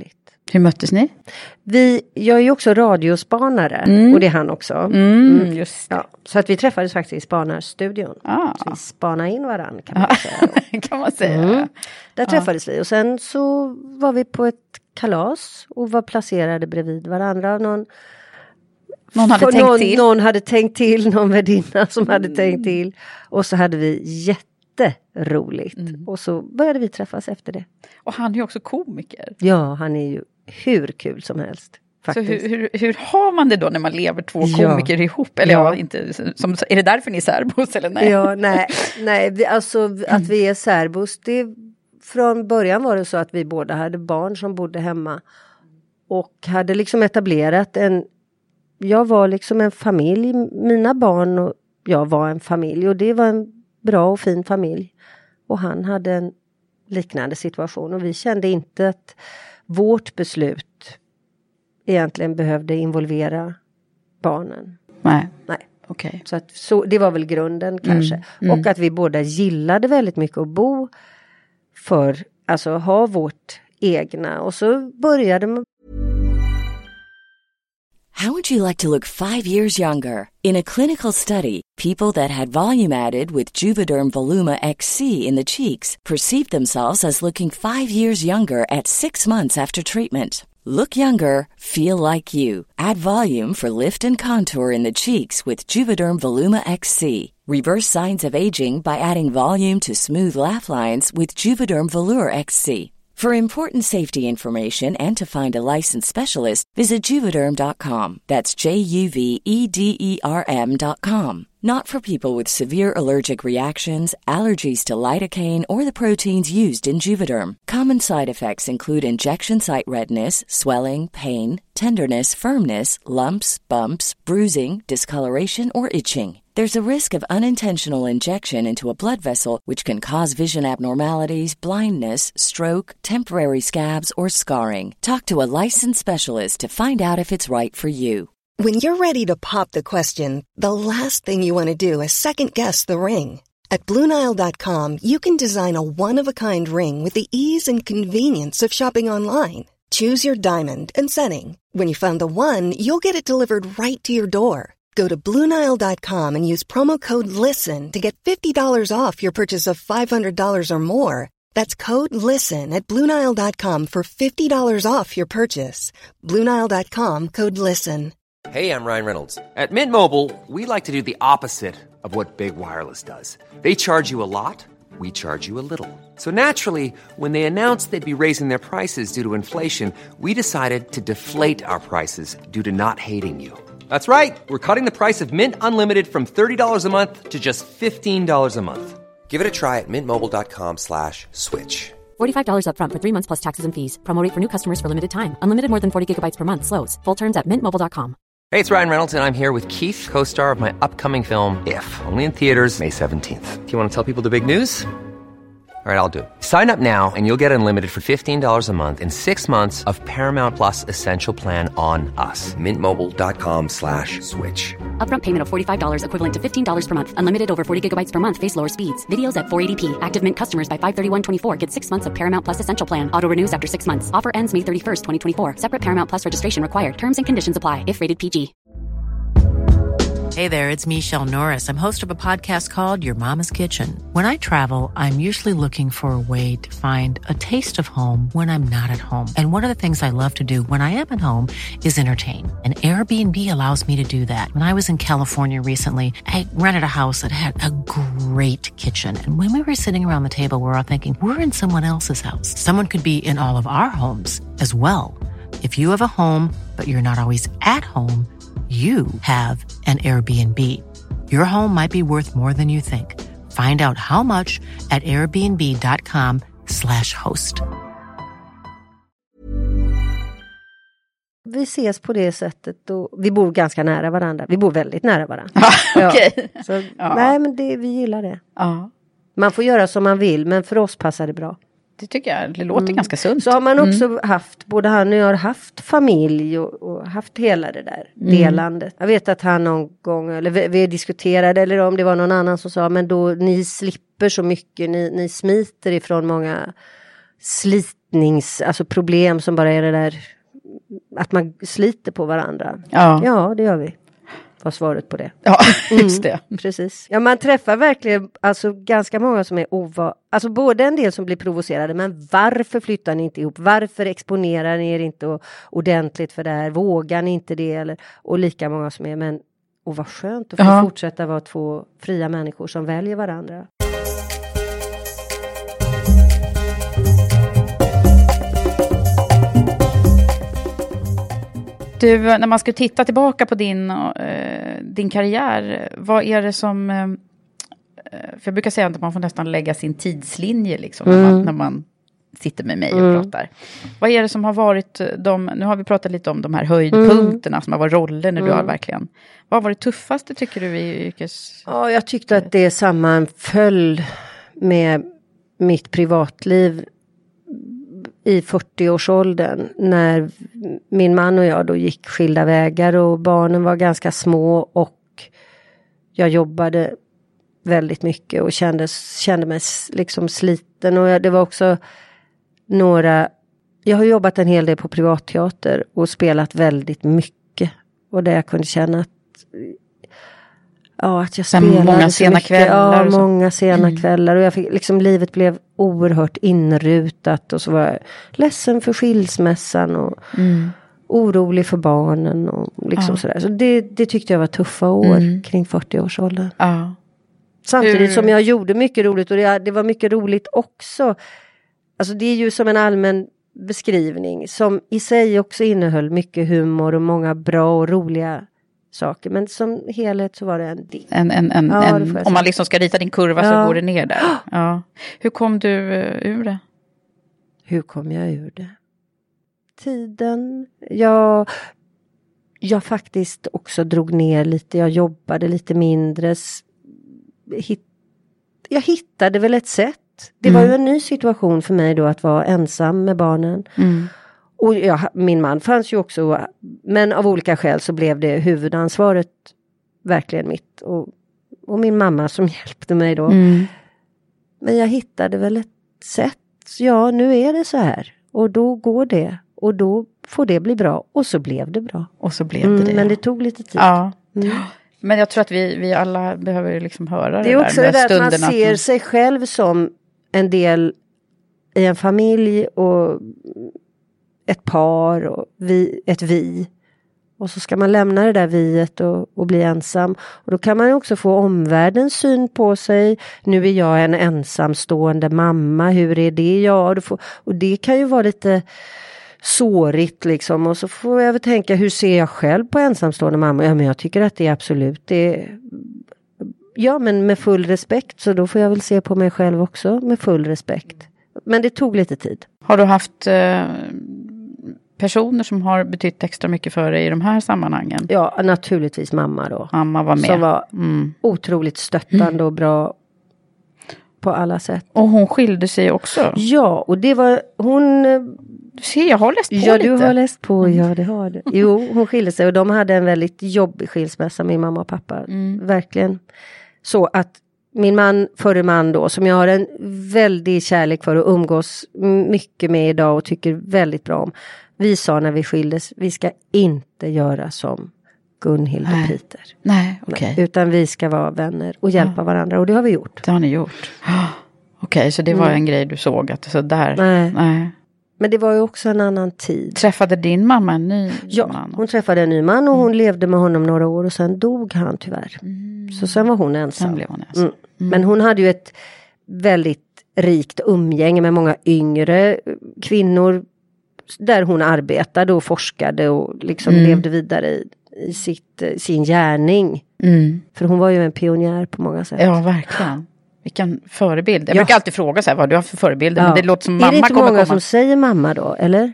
Hur möttes ni? Vi, jag är ju också radiospanare Mm. och det är han också. Mm, mm. Just det. Ja, så att vi träffades faktiskt i spanarstudion. Ah. Så vi spanade in varann kan man säga. kan man säga. Mm. Där träffades vi och sen så var vi på ett kalas och var placerade bredvid varandra. Någon, någon, hade för, tänkt någon, till. någon hade tänkt till, någon värdinna som hade mm. tänkt till. Och så hade vi jätteroligt. Mm. Och så började vi träffas efter det. Och han är ju också komiker. Ja, han är ju hur kul som helst. Faktiskt. Så hur, hur, hur har man det då när man lever två ja. komiker ihop? Eller ja. Ja, inte, som, är det därför ni är särbos eller nej? Ja, nej, nej vi, alltså att vi är särbos, det från början var det så att vi båda hade barn som bodde hemma. Och hade liksom etablerat en, jag var liksom en familj, mina barn och jag var en familj. Och det var en bra och fin familj. Och han hade en liknande situation och vi kände inte att vårt beslut egentligen behövde involvera barnen. Nej. Nej. Okej. Okay. Så att så, det var väl grunden kanske. Mm. Mm. Och att vi båda gillade väldigt mycket att bo för, alltså ha vårt egna. Och så började man. How would you like to look five years younger? In a clinical study, people that had volume added with Juvederm Voluma X C in the cheeks perceived themselves as looking five years younger at six months after treatment. Look younger, feel like you. Add volume for lift and contour in the cheeks with Juvederm Voluma X C. Reverse signs of aging by adding volume to smooth laugh lines with Juvederm Volure X C. For important safety information and to find a licensed specialist, visit Juvederm dot com. That's J U V E D E R M dot com. Not for people with severe allergic reactions, allergies to lidocaine, or the proteins used in Juvederm. Common side effects include injection site redness, swelling, pain, tenderness, firmness, lumps, bumps, bruising, discoloration, or itching. There's a risk of unintentional injection into a blood vessel, which can cause vision abnormalities, blindness, stroke, temporary scabs, or scarring. Talk to a licensed specialist to find out if it's right for you. When you're ready to pop the question, the last thing you want to do is second-guess the ring. At Blue Nile dot com, you can design a one-of-a-kind ring with the ease and convenience of shopping online. Choose your diamond and setting. When you find the one, you'll get it delivered right to your door. Go to Blue Nile dot com and use promo code LISTEN to get fifty dollars off your purchase of five hundred dollars or more. That's code LISTEN at Blue Nile dot com for fifty dollars off your purchase. Blue Nile dot com, code LISTEN. Hey, I'm Ryan Reynolds. At Mint Mobile, we like to do the opposite of what Big Wireless does. They charge you a lot, we charge you a little. So naturally, when they announced they'd be raising their prices due to inflation, we decided to deflate our prices due to not hating you. That's right. We're cutting the price of Mint Unlimited from thirty dollars a month to just fifteen dollars a month. Give it a try at mintmobile.com slash switch. forty-five dollars up front for three months plus taxes and fees. Promo rate for new customers for limited time. Unlimited more than forty gigabytes per month. Slows full terms at mint mobile dot com. Hey, it's Ryan Reynolds, and I'm here with Keith, co-star of my upcoming film, If, only in theaters May seventeenth. Do you want to tell people the big news? All right, I'll do it. Sign up now and you'll get unlimited for fifteen dollars a month and six months of Paramount Plus Essential Plan on us. Mintmobile.com slash switch. Upfront payment of forty-five dollars equivalent to fifteen dollars per month. Unlimited over forty gigabytes per month. Face lower speeds. Videos at four eighty p. Active Mint customers by five thirty-one twenty-four get six months of Paramount Plus Essential Plan. Auto renews after six months. Offer ends May thirty-first, twenty twenty-four. Separate Paramount Plus registration required. Terms and conditions apply if rated P G. Hey there, it's Michelle Norris. I'm host of a podcast called Your Mama's Kitchen. When I travel, I'm usually looking for a way to find a taste of home when I'm not at home. And one of the things I love to do when I am at home is entertain. And Airbnb allows me to do that. When I was in California recently, I rented a house that had a great kitchen. And when we were sitting around the table, we were all thinking, we're in someone else's house. Someone could be in all of our homes as well. If you have a home, but you're not always at home, you have an Airbnb. Your home might be worth more than you think. Find out how much at airbnb.com slash host. Vi ses på det sättet och vi bor ganska nära varandra. Vi bor väldigt nära varandra. Ja, okej. Okay. Så, ja. Nej, men det, vi gillar det. Ja. Man får göra som man vill, men för oss passar det bra. Det tycker jag, det låter mm. ganska sunt. Så har man också mm. haft, både han och jag har haft familj och, och haft hela det där mm. delandet. Jag vet att han någon gång, eller vi, vi diskuterade, eller om det var någon annan som sa, men då ni slipper så mycket, ni, ni smiter ifrån många slitnings, alltså problem som bara är det där att man sliter på varandra. Ja, ja det gör vi. Var svaret på det. Ja, just det. Mm, precis. Ja, man träffar verkligen alltså ganska många som är ova... Alltså både en del som blir provocerade, men varför flyttar ni inte ihop? Varför exponerar ni er inte ordentligt för det här? Vågar ni inte det? Eller, och lika många som är, men och vad skönt att få ja. fortsätta vara två fria människor som väljer varandra. Du, när man ska titta tillbaka på din, uh, din karriär, vad är det som... Uh, för jag brukar säga att man får nästan lägga sin tidslinje liksom, mm. när, man, när man sitter med mig och mm. pratar. Vad är det som har varit de... Nu har vi pratat lite om de här höjdpunkterna mm. som har varit roller när mm. du har verkligen... Vad var det tuffaste tycker du i yrkes... Ja, jag tyckte att det sammanföll med mitt privatliv i fyrtioårsåldern när min man och jag då gick skilda vägar och barnen var ganska små och jag jobbade väldigt mycket och kände, kände mig liksom sliten och jag, det var också några, jag har jobbat en hel del på privatteater och spelat väldigt mycket och där jag kunde känna att ja, att jag spelade många sena kvällar. Ja, många sena mm. kvällar. Och jag fick, liksom, livet blev oerhört inrutat. Och så var jag ledsen för skilsmässan. Och mm. orolig för barnen. Och liksom ja. sådär. Så det, det tyckte jag var tuffa år mm. kring fyrtioårsåldern. Ja. Samtidigt Hur? som jag gjorde mycket roligt. Och det, det var mycket roligt också. Alltså det är ju som en allmän beskrivning. Som i sig också innehöll mycket humor. Och många bra och roliga saker, men som helhet så var det en del. En, en, en, ja, en, om man liksom ska rita din kurva ja. så går det ner där. Ja. Hur kom du uh, ur det? Hur kom jag ur det? Tiden. Jag, jag faktiskt också drog ner lite. Jag jobbade lite mindre. Hitt, jag hittade väl ett sätt. Det mm. var ju en ny situation för mig då att vara ensam med barnen. Mm. Och ja, min man fanns ju också, men av olika skäl så blev det huvudansvaret verkligen mitt. Och, och min mamma som hjälpte mig då. Mm. Men jag hittade väl ett sätt. Ja, nu är det så här. Och då går det. Och då får det bli bra. Och så blev det bra. Och så blev mm, det det. Men det tog lite tid. Ja. Mm. Men jag tror att vi, vi alla behöver liksom höra det, det är där också det där att man ser att... sig själv som en del i en familj och ett par och vi, ett vi. Och så ska man lämna det där viet och, och bli ensam. Och då kan man också få omvärldens syn på sig. Nu är jag en ensamstående mamma. Hur är det? Ja, får, och det kan ju vara lite sårigt liksom. Och så får jag väl tänka, hur ser jag själv på ensamstående mamma? Ja, men jag tycker att det är absolut det är, ja, men med full respekt. Så då får jag väl se på mig själv också med full respekt. Men det tog lite tid. Har du haft eh, personer som har betytt extra mycket för dig i de här sammanhangen? Ja, naturligtvis mamma då. Mamma var med. Som var mm. otroligt stöttande mm. och bra på alla sätt. Och hon skilde sig också? Ja, och det var hon... Du ser, jag har läst på ja, lite. Ja, du har läst på, mm. ja det har du. Jo, hon skilde sig och de hade en väldigt jobbig skilsmässa, min mamma och pappa. Mm. Verkligen. Så att min man, förre man då, som jag har en väldig kärlek för och umgås mycket med idag och tycker väldigt bra om. Vi sa när vi skildes, vi ska inte göra som Gunhild och Peter. Nej, okej. Okay. Utan vi ska vara vänner och hjälpa ja. varandra och det har vi gjort. Det har ni gjort. Okej, okay, så det var mm. en grej du såg att så där. Nej. Nej. Men det var ju också en annan tid. Träffade din mamma en ny ja, man? Ja, hon träffade en ny man och hon mm. levde med honom några år och sen dog han tyvärr. Mm. Så sen var hon ensam. Sen blev hon ensam. Mm. Mm. Men hon hade ju ett väldigt rikt umgänge med många yngre kvinnor där hon arbetade och forskade och liksom mm. levde vidare i, i sitt, sin gärning. Mm. För hon var ju en pionjär på många sätt. Ja, verkligen. Vilken förebild. Jag ja. brukar alltid fråga så här, vad du har för förebilder. Ja. Men det låter som mamma kommer komma. Är det inte många komma. som säger mamma då, eller?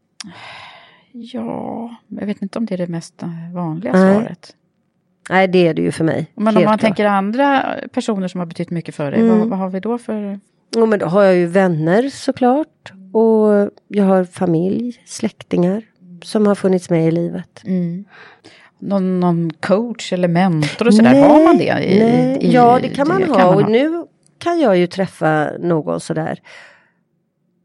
Ja, jag vet inte om det är det mest vanliga Nej. svaret. Nej, det är det ju för mig. Men om man klart. tänker andra personer som har betytt mycket för dig, mm. vad, vad har vi då för... Ja, men då har jag ju vänner såklart. Och jag har familj, släktingar som har funnits med i livet. Mm. Någon, någon coach eller mentor och sådär, har man det? I, nej. I, ja, det kan man det ha. Kan man och ha. nu kan jag ju träffa någon sådär.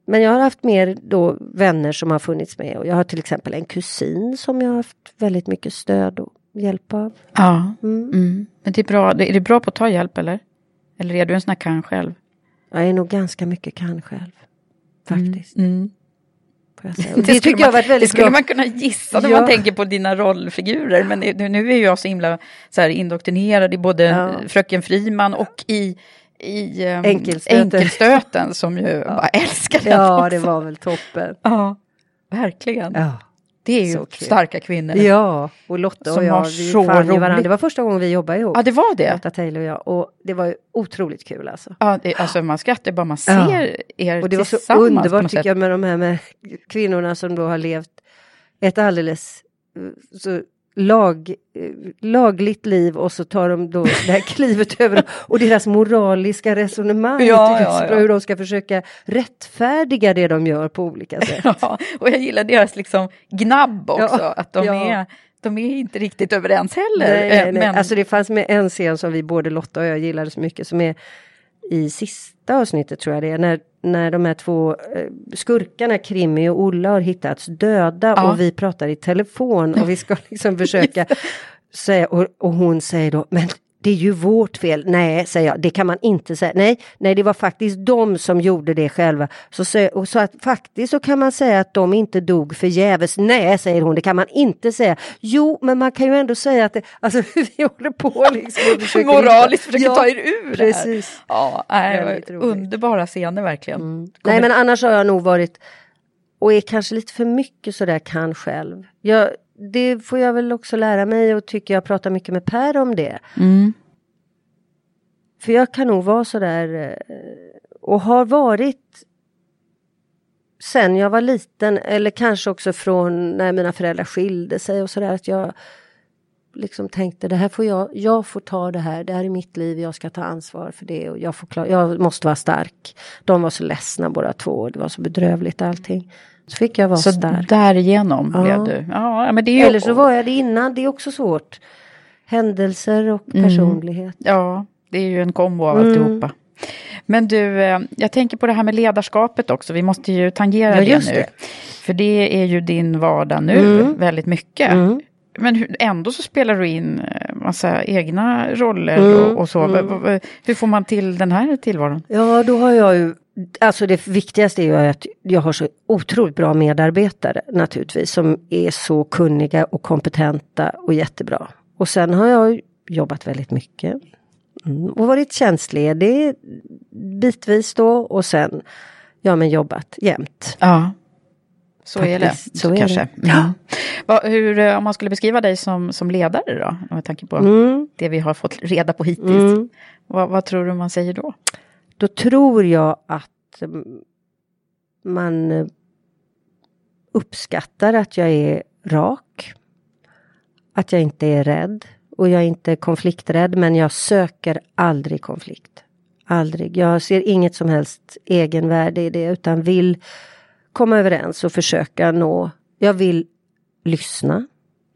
men jag har haft mer då vänner som har funnits med. Och jag har till exempel en kusin som jag har haft väldigt mycket stöd och hjälp av. Ja, Mm. mm. Men det är bra. Är du bra på att ta hjälp eller? Eller är du en sån här kan själv? Jag är nog ganska mycket kan själv. Faktiskt. Mm. Mm. Får jag säga. Det, Det, det, tycker man, jag har varit väldigt det skulle bra. man kunna gissa när Ja. man tänker på dina rollfigurer. Men det, nu är jag så himla så här, indoktrinerad i både Ja. Fröken Friman och i, i um, Enkelstöten. Enkelstöten som ju bara älskar den Ja, också. det var väl toppen. Ja, verkligen. Ja. Det är ju Så kul. starka kvinnor. Ja, och Lotta Som och jag, har vi så fann ju roligt. varandra. Det var första gången vi jobbade ihop. Ja, det var det. Lotta Taylor och jag. Och det var ju otroligt kul alltså. Ja, det, alltså man skrattar bara man ser Ja. er Och det var så tillsammans på underbart något tycker sätt. jag med de här med kvinnorna som då har levt ett alldeles eh, så lag, eh, lagligt liv och så tar de då det här klivet över och deras moraliska resonemang. Ja, tycker jag ja, så bra ja. hur de ska försöka rättfärdiga det de gör på olika sätt. Ja, och jag gillar deras liksom gnabb också. Ja, att de, ja. är, de är inte riktigt överens heller. Nej, nej, eh, nej. Men, Alltså det fanns med en scen som vi både Lotta och jag gillade så mycket som är i sista avsnittet tror jag det är. När, när de här två eh, skurkarna Krimmi och Olla har hittats döda Ja. och vi pratar i telefon och vi ska liksom försöka säga och, och hon säger då men det är ju vårt fel. Nej, säger jag, det kan man inte säga. Nej, nej det var faktiskt de som gjorde det själva. Så, så, och så att faktiskt så kan man säga att de inte dog förgäves. Nej, säger hon, det kan man inte säga. Jo, men man kan ju ändå säga att det, alltså vi håller på liksom. Och försöker moraliskt hitta- försöker Ja, ta er ur precis. det här. Ja, nej, Väldigt roligt. underbara scener verkligen. Mm. Kommer- Nej, men annars har jag nog varit och är kanske lite för mycket sådär kan själv. Jag, det får jag väl också lära mig och tycker jag pratar mycket med Per om det. Mm. För jag kan nog vara sådär eh, och har varit sen jag var liten eller kanske också från när mina föräldrar skilde sig och sådär att jag liksom tänkte det här får jag, jag får ta det här, det här är mitt liv, jag ska ta ansvar för det och jag får klara, jag måste vara stark. De var så ledsna båda två, det var så bedrövligt allting. Så fick jag vara Så stark. därigenom Ja. blev du. Ja, men det är ju... Eller så var jag det innan, det är också svårt. Händelser och personlighet. Ja, det är ju en kombo av Mm. alltihopa. Men du, eh, jag tänker på det här med ledarskapet också. Vi måste ju tangera Ja, det just nu. det. För det är ju din vardag nu Mm. väldigt mycket. Mm. Men hur, ändå så spelar du in eh, massa egna roller Mm. och, och så. Mm. V- v- Hur får man till den här tillvaron? Ja, då har jag ju, alltså det viktigaste är ju att jag har så otroligt bra medarbetare naturligtvis som är så kunniga och kompetenta och jättebra. Och sen har jag jobbat väldigt mycket mm. och varit tjänstledig bitvis då och sen ja men jobbat jämt. Ja, så är det. Faktiskt, så är kanske. det. Mm. Va, hur, eh, om man skulle beskriva dig som, som ledare då? Med tanke på Mm. det vi har fått reda på hittills. Mm. Vad, vad tror du man säger då? Då tror jag att mm, man eh, uppskattar att jag är rak. Att jag inte är rädd. Och jag är inte konflikträdd. Men jag söker aldrig konflikt. Aldrig. Jag ser inget som helst egenvärde i det. Utan vill komma överens och försöka nå. Jag vill lyssna.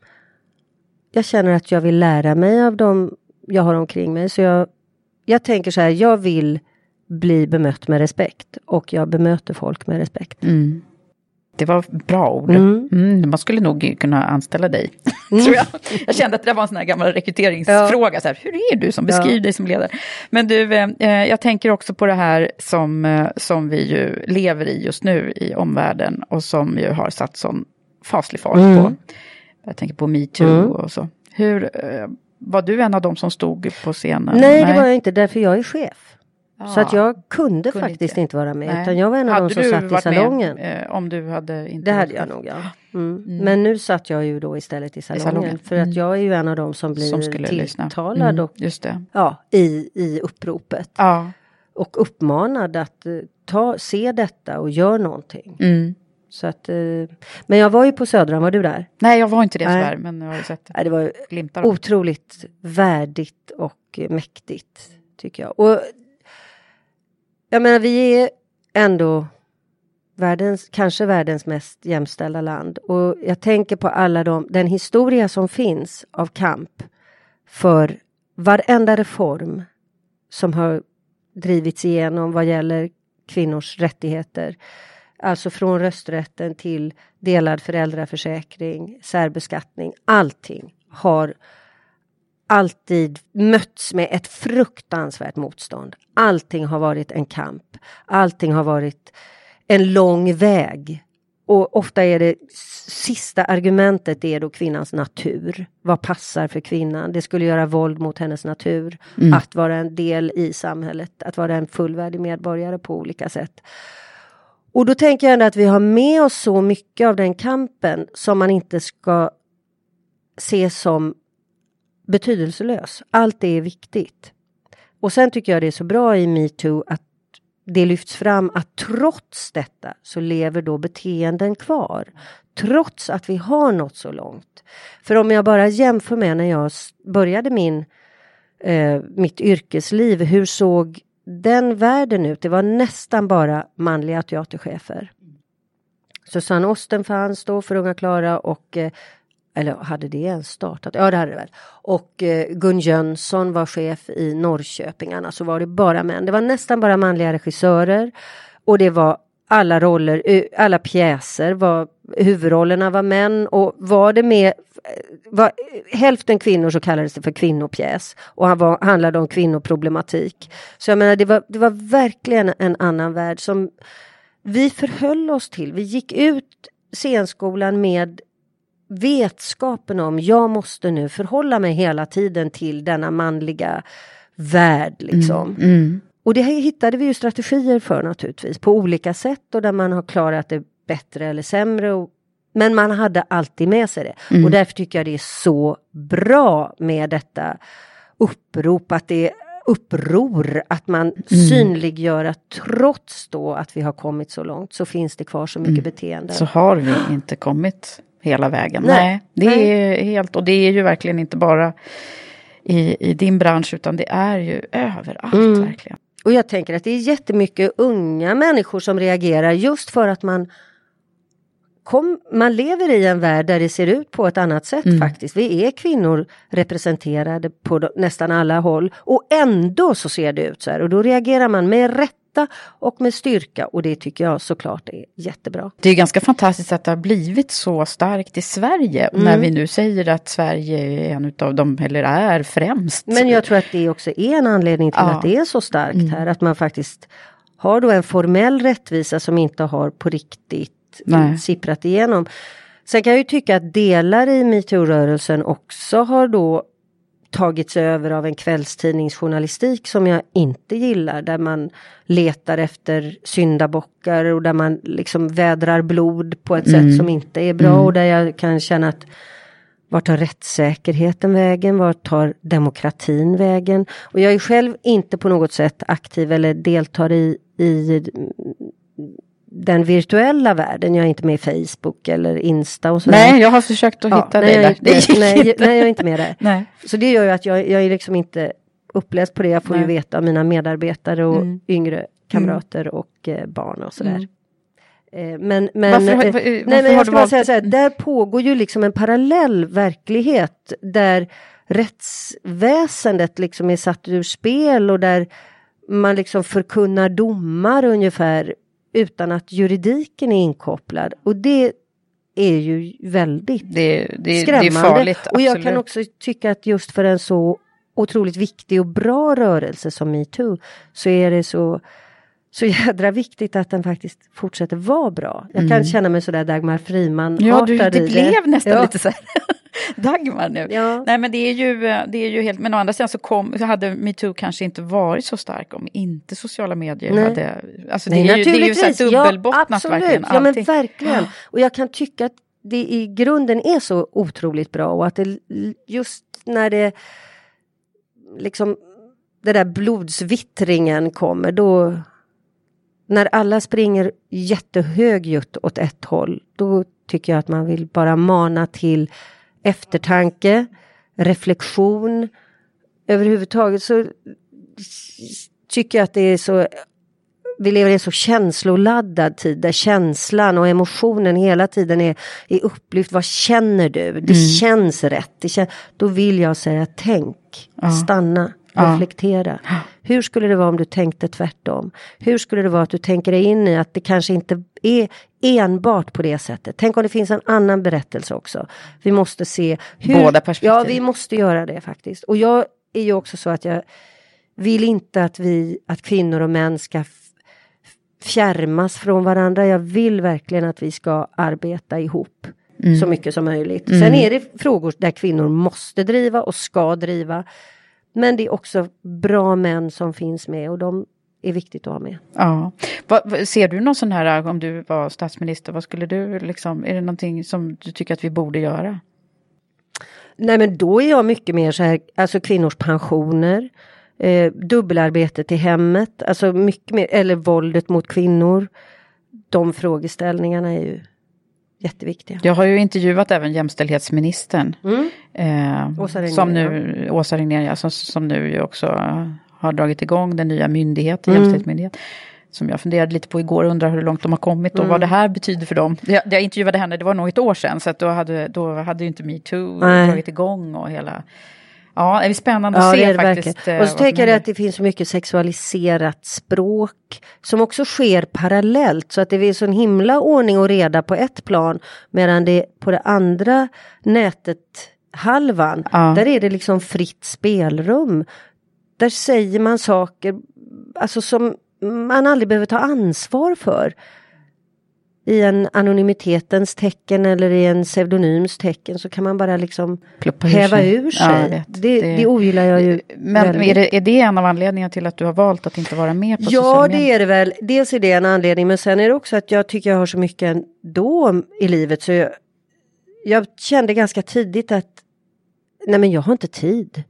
Jag känner att jag vill lära mig av dem jag har omkring mig. Så jag, jag tänker så här. Jag vill bli bemött med respekt. Och jag bemöter folk med respekt. Mm. Det var bra ord. Mm. Mm, man skulle nog kunna anställa dig. Tror jag. jag kände att det var en sån här gammal rekryteringsfråga. Ja. Så här, hur är du som beskriver ja. dig som ledare? Men du, eh, jag tänker också på det här som, eh, som vi ju lever i just nu i omvärlden. Och som ju har satt sån faslig fart mm. på. Jag tänker på MeToo mm. och så. Hur, eh, var du en av dem som stod på scenen? Nej, Nej. det var jag inte. Därför jag är chef. Ja. Så att jag kunde, kunde faktiskt inte. inte vara med. Nej. Utan jag var en av hade de som satt i salongen. Med, eh, om du hade inte det hade jag nog, ja. Mm. Mm. Men nu satt jag ju då istället i salongen. I salongen. För att jag är ju en av de som blir som tilltalad mm. och, Just det. Ja, i, i uppropet. Ja. Och uppmanad att uh, ta, se detta och gör någonting. Mm. Så att, uh, men jag var ju på Södran, var du där? Nej, jag var inte det tyvärr, men jag har ju sett det. Nej, det var glimtar otroligt värdigt och mäktigt, tycker jag. Och jag menar, vi är ändå världens, kanske världens mest jämställda land. Och jag tänker på alla de, den historia som finns av kamp för varenda reform som har drivits igenom vad gäller kvinnors rättigheter. Alltså från rösträtten till delad föräldraförsäkring, särbeskattning, allting har alltid mötts med ett fruktansvärt motstånd. Allting har varit en kamp. Allting har varit en lång väg. Och ofta är det sista argumentet är då kvinnans natur. Vad passar för kvinnan? Det skulle göra våld mot hennes natur. Mm. Att vara en del i samhället. Att vara en fullvärdig medborgare på olika sätt. Och då tänker jag ändå att vi har med oss så mycket av den kampen som man inte ska se som betydelselös. Allt är viktigt. Och sen tycker jag det är så bra i MeToo att det lyfts fram att trots detta så lever då beteenden kvar. Trots att vi har nått så långt. För om jag bara jämför med när jag började min, eh, mitt yrkesliv. Hur såg den världen ut? Det var nästan bara manliga teaterchefer. Susanne Osten fanns då för Unga Klara och... Eh, eller hade det ens startat? Ja, det hade det väl. Och eh, Gun Jönsson var chef i Norrköpingarna. Så var det bara män. Det var nästan bara manliga regissörer. Och det var alla roller, alla pjäser. Var, huvudrollerna var män. Och var det med... Var, hälften kvinnor så kallades det för kvinnopjäs. Och han var, handlade om kvinnoproblematik. Så jag menar, det var, det var verkligen en annan värld som vi förhöll oss till. Vi gick ut scenskolan med... vetskapen om jag måste nu förhålla mig hela tiden till denna manliga värld liksom. Mm, mm. Och det hittade vi ju strategier för naturligtvis på olika sätt och där man har klarat det bättre eller sämre och, men man hade alltid med sig det. Mm. Och därför tycker jag det är så bra med detta upprop att det är uppror att man mm. synliggör att trots då att vi har kommit så långt så finns det kvar så mycket mm. beteende. Så har vi inte kommit hela vägen. Nej, Nej det Nej. är helt, och det är ju verkligen inte bara i, i din bransch utan det är ju överallt mm. verkligen. Och jag tänker att det är jättemycket unga människor som reagerar just för att man kom, man lever i en värld där det ser ut på ett annat sätt mm. faktiskt. Vi är kvinnor representerade på de, nästan alla håll och ändå så ser det ut så här och då reagerar man med rätt och med styrka och det tycker jag såklart är jättebra. Det är ganska fantastiskt att det har blivit så starkt i Sverige mm. när vi nu säger att Sverige är en av dem eller är främst. Men jag tror att det också är en anledning till ja. att det är så starkt mm. här att man faktiskt har då en formell rättvisa som inte har på riktigt Nej. sipprat igenom. Sen kan jag ju tycka att delar i MeToo-rörelsen också har då tagits över av en kvällstidningsjournalistik som jag inte gillar. Där man letar efter syndabockar och där man liksom vädrar blod på ett mm. sätt som inte är bra. Mm. Och där jag kan känna att vart tar rättssäkerheten vägen? Vart tar demokratin vägen? Och jag är själv inte på något sätt aktiv eller deltar i, i den virtuella världen. Jag är inte med i Facebook eller Insta och sådär. Nej, jag har försökt att hitta ja, dig där. Det gick nej, inte. nej, jag är inte med där. Nej. Så det gör ju att jag, jag är liksom inte uppläst på det. Jag får nej. ju veta av mina medarbetare och mm. yngre kamrater mm. och eh, barn och sådär. Mm. Eh, men men, varför, var, var, nej, men jag ska bara säga så här, där pågår ju liksom en parallell verklighet där rättsväsendet liksom är satt ur spel och där man liksom förkunnar domar ungefär utan att juridiken är inkopplad. Och det är ju väldigt det, det, skrämmande. Det är farligt, absolut. Och jag kan också tycka att just för en så otroligt viktig och bra rörelse som MeToo så är det så, så jädra viktigt att den faktiskt fortsätter vara bra. Jag kan mm. känna mig sådär Dagmar Friman-artad ja, du, det i blev det. nästan ja. lite så här Dagmar nu. Ja. Nej men det är ju det är ju helt, men å andra sidan så kom, hade MeToo kanske inte varit så stark om inte sociala medier Nej. hade, alltså Nej, det, är ju, det är ju så här dubbelbottnat ja, absolut. verkligen. Ja men verkligen. Och jag kan tycka att det i grunden är så otroligt bra och att det just när det liksom det där blodsvittringen kommer då när alla springer jättehögljutt åt ett håll då tycker jag att man vill bara mana till eftertanke, reflektion. Överhuvudtaget så tycker jag att det är så vi lever i en så känsloladdad tid där känslan och emotionen hela tiden är, är upplyft. Vad känner du? Det mm. känns rätt. Det kän- då vill jag säga tänk, ja. stanna, ja. reflektera. Hur skulle det vara om du tänkte tvärtom? Hur skulle det vara att du tänker dig in i att det kanske inte är enbart på det sättet? Tänk om det finns en annan berättelse också. Vi måste se hur... Båda perspektiv. Ja, vi måste göra det faktiskt. Och jag är ju också så att jag vill inte att vi, att kvinnor och män ska fjärmas från varandra. Jag vill verkligen att vi ska arbeta ihop mm. så mycket som möjligt. Mm. Sen är det frågor där kvinnor måste driva och ska driva. Men det är också bra män som finns med och de är viktigt att ha med. Ja. Va, ser du någon sån här, om du var statsminister, vad skulle du liksom, är det någonting som du tycker att vi borde göra? Nej, men då är jag mycket mer så här, alltså kvinnors pensioner, eh, dubbelarbetet i hemmet, alltså mycket mer, eller våldet mot kvinnor. De frågeställningarna är ju jätteviktiga. Jag har ju intervjuat även jämställdhetsministern. Mm. Eh, Åsa Regnér, som nu, Åsa Regnér, ja, som, som nu ju också har dragit igång den nya myndigheten, mm. jämställdhetsmyndighet. Som jag funderade lite på igår och undrar hur långt de har kommit och mm. vad det här betyder för dem. Jag, jag intervjuade henne, det var nog ett år sedan, så att då hade, då hade ju inte MeToo dragit igång och hela... Ja, det är spännande ja, att se det faktiskt. Och så tänker jag att det finns så mycket sexualiserat språk som också sker parallellt. Så att det är så en himla ordning och reda på ett plan. Medan det på det andra nätet, halvan, ja. Där är det liksom fritt spelrum. Där säger man saker alltså som man aldrig behöver ta ansvar för. I en anonymitetens tecken eller i en pseudonyms tecken så kan man bara liksom häva ur sig. Ja, det, det, det ogillar jag ju. Men är det, är det en av anledningarna till att du har valt att inte vara med på ja, sociala medier? Ja, det är det väl. Dels är det en anledning, men sen är det också att jag tycker jag har så mycket ändå i livet så jag, jag kände ganska tidigt att nej, men jag har inte tid.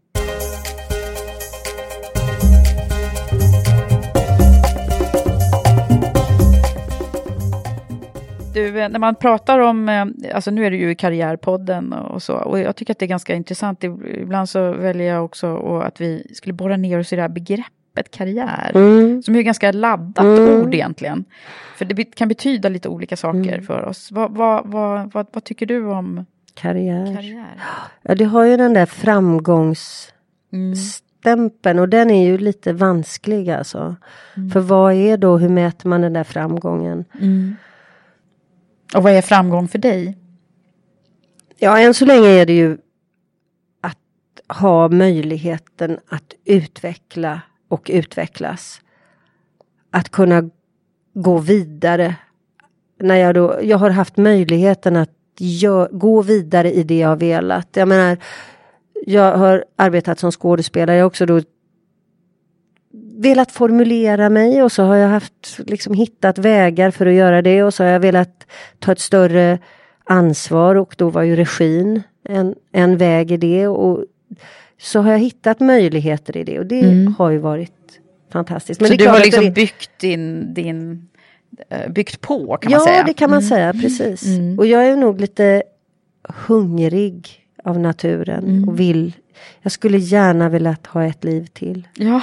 Du, när man pratar om, alltså nu är det ju Karriärpodden och så, och jag tycker att det är ganska intressant. Ibland så väljer jag också att vi skulle borra ner oss i det här begreppet karriär, mm. som är ju ganska laddat mm. ord egentligen. För det kan betyda lite olika saker mm. för oss. Vad, vad, vad, vad, vad tycker du om karriär? karriär? Ja, det har ju den där framgångsstämpeln mm. och den är ju lite vansklig alltså. Mm. För vad är då, hur mäter man den där framgången? Mm. Och vad är framgång för dig? Ja, än så länge är det ju att ha möjligheten att utveckla och utvecklas. Att kunna gå vidare. När jag då, jag har haft möjligheten att gör, gå vidare i det jag har velat. Jag menar, jag har arbetat som skådespelare. Jag har också då velat formulera mig och så har jag haft liksom hittat vägar för att göra det och så har jag velat ta ett större ansvar och då var ju regin en, en väg i det och så har jag hittat möjligheter i det och det mm. har ju varit fantastiskt. Men så det du har liksom det... byggt din, din byggt på kan ja, man säga? Ja, det kan man mm. säga, precis. Mm. Och jag är nog lite hungrig av naturen mm. och vill jag skulle gärna vilja ha ett liv till. Ja.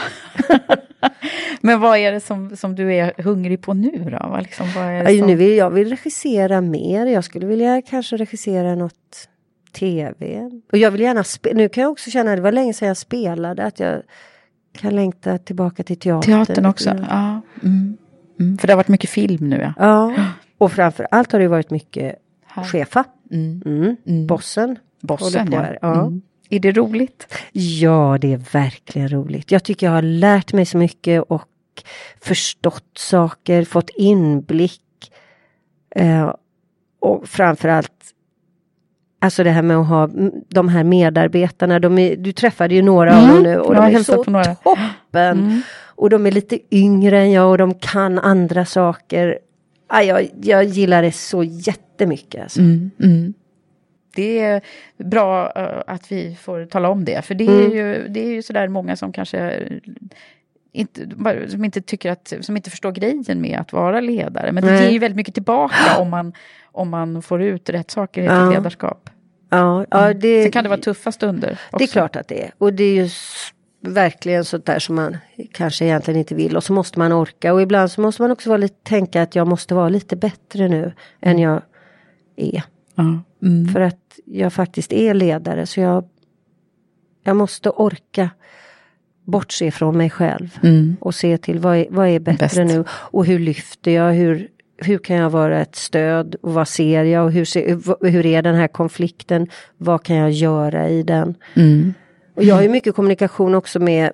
Men vad är det som, som du är hungrig på nu då? Vad liksom, vad är det ja, som... nu vill, jag vill regissera mer. Jag skulle vilja kanske regissera något tv. Och jag vill gärna spe- nu kan jag också känna att det var länge sedan jag spelade. Att jag kan längta tillbaka till teatern. Teatern också, ja. ja. Mm. Mm. För det har varit mycket film nu, ja. Ja, och framför allt har det varit mycket här. chefa. Mm. Mm. Mm. Bossen. Bossen, ja. ja. Mm. Är det roligt? Ja, det är verkligen roligt. Jag tycker jag har lärt mig så mycket och förstått saker, fått inblick. Eh, och framförallt, alltså det här med att ha de här medarbetarna. De är, du träffade ju några mm. av dem nu och de är så toppen. Mm. Och de är lite yngre än jag och de kan andra saker. Ah, jag, jag gillar det så jättemycket. Alltså. Mm. Mm. Det är bra uh, att vi får tala om det. För det är, mm. ju, det är ju sådär många som kanske inte, som inte tycker att, som inte förstår grejen med att vara ledare. Men det Nej. ger ju väldigt mycket tillbaka om man, om man får ut rätt saker i ja. ett ledarskap. Ja, ja, det, Sen kan det vara tuffa stunder också. Det är klart att det är. Och det är ju verkligen sånt där som man kanske egentligen inte vill. Och så måste man orka. Och ibland så måste man också vara lite, tänka att jag måste vara lite bättre nu än jag är. Ja. Mm. För att jag faktiskt är ledare så jag, jag måste orka bortse från mig själv. Mm. Och se till vad är, vad är bättre Bäst. nu. Och hur lyfter jag? Hur, hur kan jag vara ett stöd? Och vad ser jag? Och hur, ser, hur är den här konflikten? Vad kan jag göra i den? Mm. Och jag har ju mycket kommunikation också med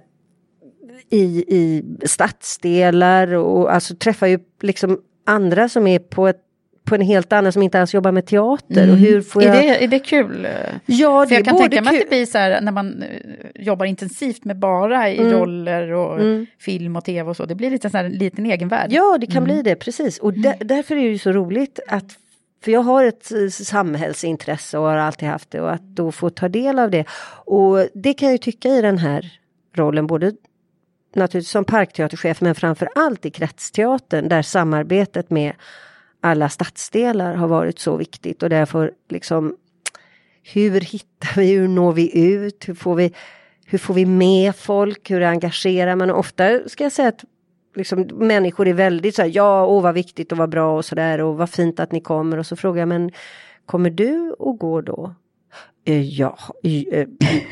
i, i stadsdelar. Och alltså träffar ju liksom andra som är på ett på en helt annan som inte alls jobbar med teater. Mm. Och hur får jag... är, det, är det kul? Ja, det För jag är kan både tänka mig kul... att det blir så här när man uh, jobbar intensivt med bara i Mm. roller och Mm. film och tv och så. Det blir lite så här en liten egenvärld. Ja, det kan Mm. bli det, precis. Och där, därför är det ju så roligt att, för jag har ett eh, samhällsintresse och har alltid haft det, och att då få ta del av det. Och det kan jag ju tycka i den här rollen, både naturligtvis som parkteaterchef, men framför allt i kretsteatern, där samarbetet med alla stadsdelar har varit så viktigt. Och därför liksom, hur hittar vi, hur når vi ut, hur får vi, hur får vi med folk, hur engagerar man? Och ofta ska jag säga att liksom, människor är väldigt så här, ja, åh vad viktigt och vad bra och sådär, och vad fint att ni kommer. Och så frågar jag, men kommer du att gå då? Uh, ja, uh,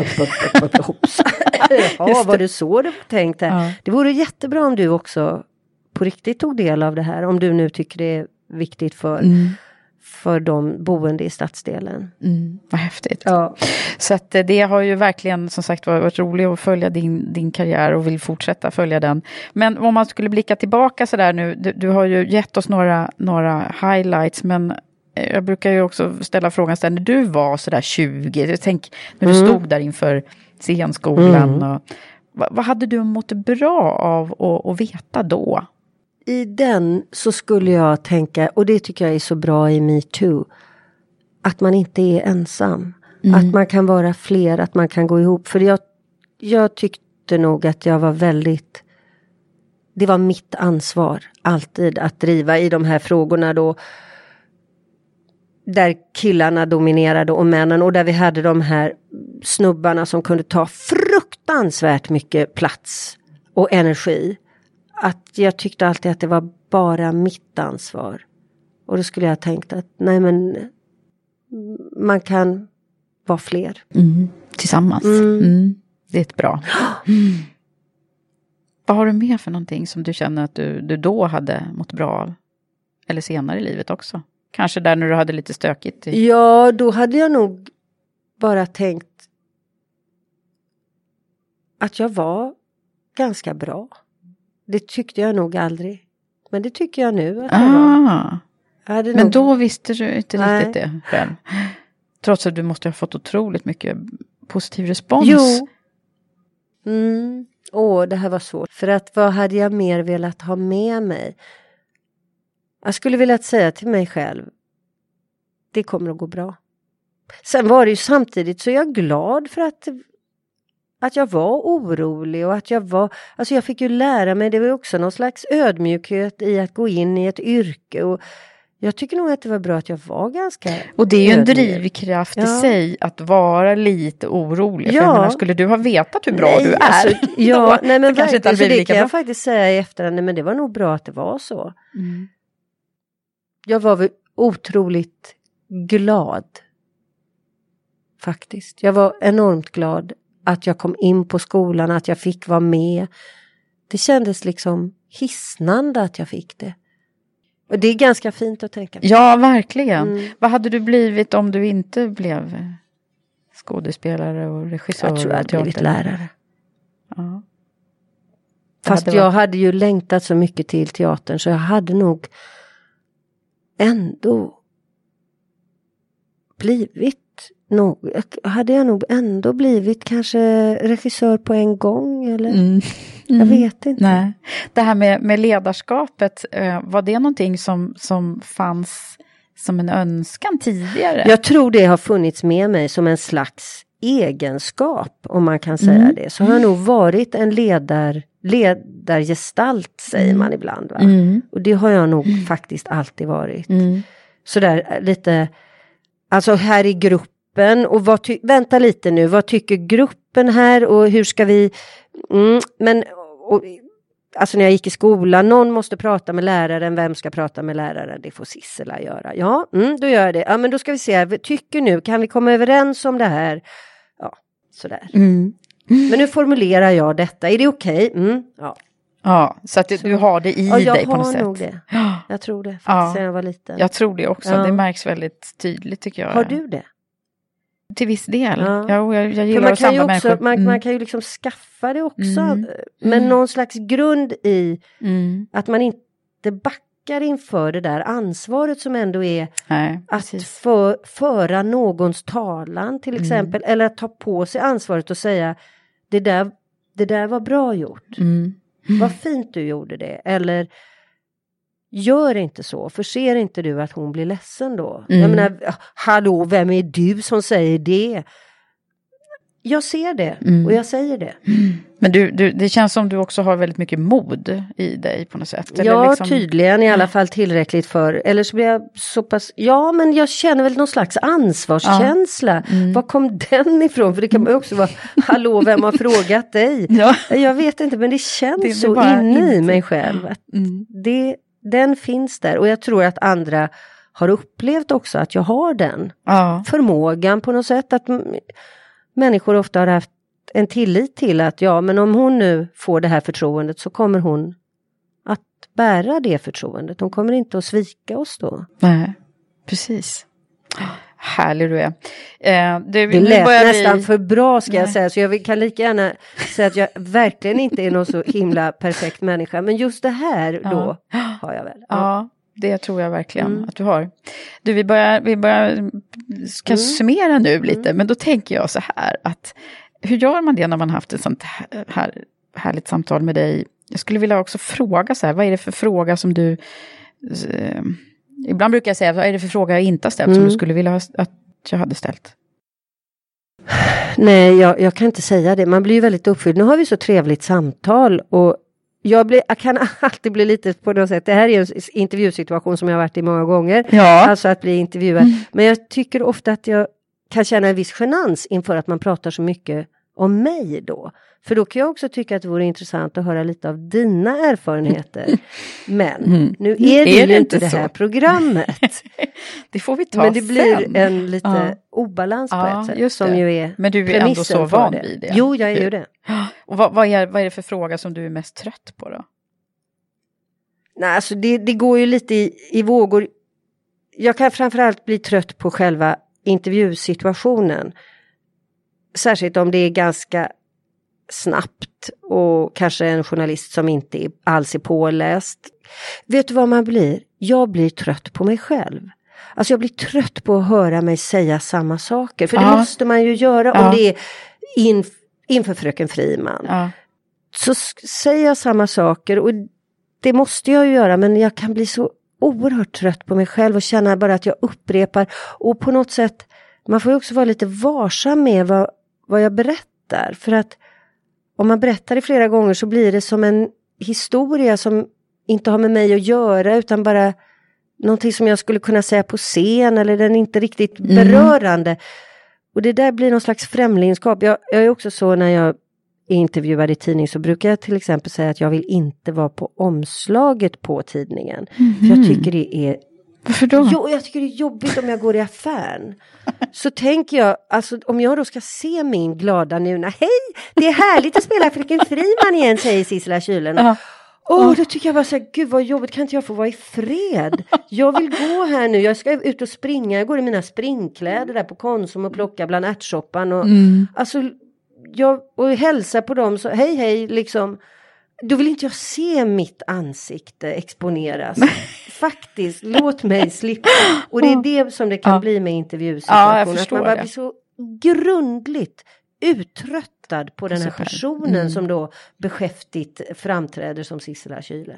hoppsa. Ja, var det så du tänkte? Ja. Det vore jättebra om du också på riktigt tog del av det här, om du nu tycker det är viktigt för, Mm. för de boende i stadsdelen. Mm. Vad häftigt. Ja. Så att eh, det har ju verkligen som sagt varit roligt att följa din, din karriär och vill fortsätta följa den. Men om man skulle blicka tillbaka så där nu, du, du har ju gett oss några, några highlights, men jag brukar ju också ställa frågan sen när du var så där tjugo, jag tänk när du Mm. stod där inför scenskolan. Mm. Och, vad, vad hade du mått bra av att, att veta då? I den så skulle jag tänka, och det tycker jag är så bra i Me Too, att man inte är ensam. Mm. Att man kan vara fler, att man kan gå ihop. För jag, jag tyckte nog att jag var väldigt, det var mitt ansvar alltid att driva i de här frågorna då, där killarna dominerade och männen, och där vi hade de här snubbarna som kunde ta fruktansvärt mycket plats och energi. Att jag tyckte alltid att det var bara mitt ansvar. Och då skulle jag ha tänkt att nej, men man kan vara fler. Mm. Tillsammans. Mm. Mm. Det är ett bra. Mm. Vad har du med för någonting som du känner att du, du då hade mått bra av? Eller senare i livet också? Kanske där när du hade lite stökigt. I... Ja, då hade jag nog bara tänkt att jag var ganska bra. Det tyckte jag nog aldrig. Men det tycker jag nu att jag var. Ah. Jag hade Men nog... då visste du inte Nej. riktigt det själv. Trots att du måste ha fått otroligt mycket positiv respons. Jo. Mm. Åh, det här var svårt. För att vad hade jag mer velat ha med mig? Jag skulle vilja säga till mig själv, det kommer att gå bra. Sen var det ju samtidigt så jag är glad för att, att jag var orolig och att jag var, alltså jag fick ju lära mig, det var också någon slags ödmjukhet i att gå in i ett yrke, och jag tycker nog att det var bra att jag var ganska Och det är ju en ödmjuk. drivkraft i Ja. sig att vara lite orolig. För Ja. jag menar, skulle du ha vetat hur bra Nej, du är? alltså, ja, då, nej men så kanske inte verkligen, hade så blivit det lika kan bra. jag faktiskt säga i efterhand, nej, men det var nog bra att det var så. Mm. Jag var väl otroligt glad. Faktiskt. Jag var enormt glad att jag kom in på skolan, att jag fick vara med. Det kändes liksom hisnande att jag fick det. Och det är ganska fint att tänka på. Ja, verkligen. Mm. Vad hade du blivit om du inte blev skådespelare och regissör? Jag tror jag och hade blivit teater? lärare. Ja. Fast hade jag varit- hade ju längtat så mycket till teatern, så jag hade nog ändå blivit nog, hade jag nog ändå blivit kanske regissör på en gång, eller? Mm. Jag vet inte. Nej. Det här med, med ledarskapet, eh, var det någonting som, som fanns som en önskan tidigare? Jag tror det har funnits med mig som en slags egenskap, om man kan säga Mm. det. Så har jag nog varit en ledar, ledargestalt, säger man ibland. Va? Mm. Och det har jag nog faktiskt alltid varit. Mm. Sådär lite, alltså här i gruppen, och vad ty- vänta lite nu, vad tycker gruppen här och hur ska vi, mm, men och, alltså när jag gick i skolan, någon måste prata med läraren, vem ska prata med läraren, det får Sissela göra, ja, mm, då gör jag det, ja men då ska vi se, tycker nu, kan vi komma överens om det här, ja, sådär. Mm. Men nu formulerar jag detta. Är det okej? Okay? Mm, ja. Ja, så att du, så. du har det i ja, dig på något sätt. Jag har nog det. Jag tror det, faktiskt, när jag var liten. Jag tror det också. Ja. Det märks väldigt tydligt, tycker jag. Har du det? Till viss del. Ja. Ja, jag, jag gillar man att samla också, människor. Man, mm. man kan ju liksom skaffa det också. Mm. Men mm. någon slags grund i mm. att man inte backar inför det där ansvaret som ändå är Nej, att för, föra någons talan till exempel. Mm. Eller att ta på sig ansvaret och säga det där, det där var bra gjort. Mm. Mm. Vad fint du gjorde det. Eller gör inte så. För ser inte du att hon blir ledsen då? Mm. Jag menar, hallå, vem är du som säger det? Jag ser det. Mm. Och jag säger det. Mm. Men du, du, det känns som du också har väldigt mycket mod i dig på något sätt. Eller ja, liksom... tydligen i alla fall tillräckligt för. Eller så blir jag så pass... Ja, men jag känner väl någon slags ansvarskänsla. Ja. Mm. Var kom den ifrån? För det kan man ju också vara, hallå, vem har frågat dig? Ja. Jag vet inte, men det känns det så inne i mig själv. Att mm. det, den finns där. Och jag tror att andra har upplevt också att jag har den. Ja. Förmågan på något sätt. Att m- människor ofta har haft en tillit till att ja, men om hon nu får det här förtroendet så kommer hon att bära det förtroendet. Hon kommer inte att svika oss då. Nej, precis. Härlig du är. Eh, det det lät nästan vi... för bra ska Nej. jag säga. Så jag kan lika gärna säga att jag verkligen inte är någon så himla perfekt människa. Men just det här då ja. har jag väl. Ja. ja. Det tror jag verkligen mm. att du har. Du, vi börjar, vi börjar ska mm. summera nu lite. Mm. Men då tänker jag så här att hur gör man det när man haft ett sånt här, här härligt samtal med dig? Jag skulle vilja också fråga så här, vad är det för fråga som du... Eh, ibland brukar jag säga, vad är det för fråga jag inte har ställt mm. som du skulle vilja ha, att jag hade ställt? Nej, jag, jag kan inte säga det. Man blir ju väldigt uppfylld. Nu har vi så trevligt samtal och jag, blir, jag kan alltid bli lite på något sätt. Det här är en intervjusituation som jag har varit i många gånger. Ja. Alltså att bli intervjuad. Mm. Men jag tycker ofta att jag kan känna en viss genans inför att man pratar så mycket om mig då. För då kan jag också tycka att det vore intressant att höra lite av dina erfarenheter. Men mm. nu är det är ju det inte det här så? Programmet. Det får vi ta Men det blir sen. en lite ja. obalans på ja, ett sätt. Just som det. ju är Men du är ändå så van vid det. Jo, jag är du. ju det. Och vad, vad, är, vad är det för fråga som du är mest trött på då? Nej, alltså det, det går ju lite i, i vågor. Jag kan framförallt bli trött på själva intervjusituationen. Särskilt om det är ganska snabbt och kanske en journalist som inte är, alls är påläst. Vet du vad man blir? Jag blir trött på mig själv. Alltså jag blir trött på att höra mig säga samma saker. För det ja. måste man ju göra ja. om det är in, inför fröken Friman. Ja. Så säger jag samma saker och det måste jag ju göra, men jag kan bli så oerhört trött på mig själv och känna bara att jag upprepar. Och på något sätt, man får ju också vara lite varsam med vad, vad jag berättar. För att om man berättar det flera gånger så blir det som en historia som inte har med mig att göra utan bara någonting som jag skulle kunna säga på scen eller den är inte riktigt mm. berörande. Och det där blir någon slags främlingskap. Jag, jag är också så när jag är intervjuad i tidning så brukar jag till exempel säga att jag vill inte vara på omslaget på tidningen. Mm. För jag tycker det är... Varför då? Jo, jag tycker det är jobbigt om jag går i affären. Så tänker jag, alltså om jag då ska se min glada Nuna. Hej, det är härligt att spela fröken Friman igen, säger Sissela Kylen. Åh, uh-huh. oh, då tycker jag bara så här, gud vad jobbigt, kan inte jag få vara i fred? Jag vill gå här nu, jag ska ut och springa. Jag går i mina springkläder där på Konsum och plocka bland ärtsoppan. Och, mm. Alltså, jag, och hälsa på dem så, hej hej, liksom. Då vill inte jag se mitt ansikte exponeras. Faktiskt, låt mig slippa. Och det är det som det kan ja. bli med intervjusituationer. Ja, att man bara det. blir så grundligt uttröttad på den här personen mm. som då beskäftigt framträder som Sissela Kyle.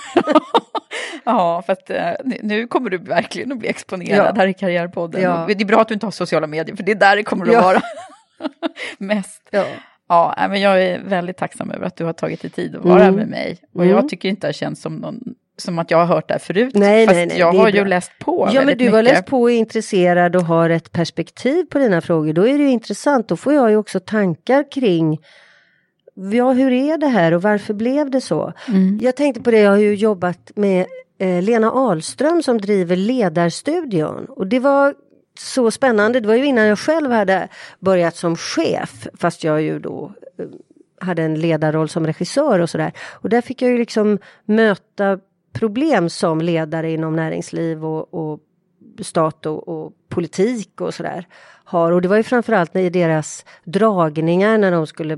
Ja, för att nu kommer du verkligen att bli exponerad ja. här i Karriärpodden. Ja. Det är bra att du inte har sociala medier, för det är där det kommer att ja. vara mest. Ja. Ja, men jag är väldigt tacksam över att du har tagit dig tid att vara mm. med mig. Och mm. jag tycker inte det känns som, någon, som att jag har hört det här förut. Nej, Fast nej, nej, jag har ju bra. läst på Ja, men du mycket. har läst på och är intresserad och har ett perspektiv på dina frågor. Då är det ju intressant. Då får jag ju också tankar kring, ja, hur är det här och varför blev det så? Mm. Jag tänkte på det, jag har ju jobbat med eh, Lena Ahlström som driver Ledarstudion. Och det var... så spännande, det var ju innan jag själv hade börjat som chef, fast jag ju då hade en ledarroll som regissör och sådär. Och där fick jag ju liksom möta problem som ledare inom näringsliv och, och stat och, och politik och sådär har. Och det var ju framförallt i deras dragningar när de skulle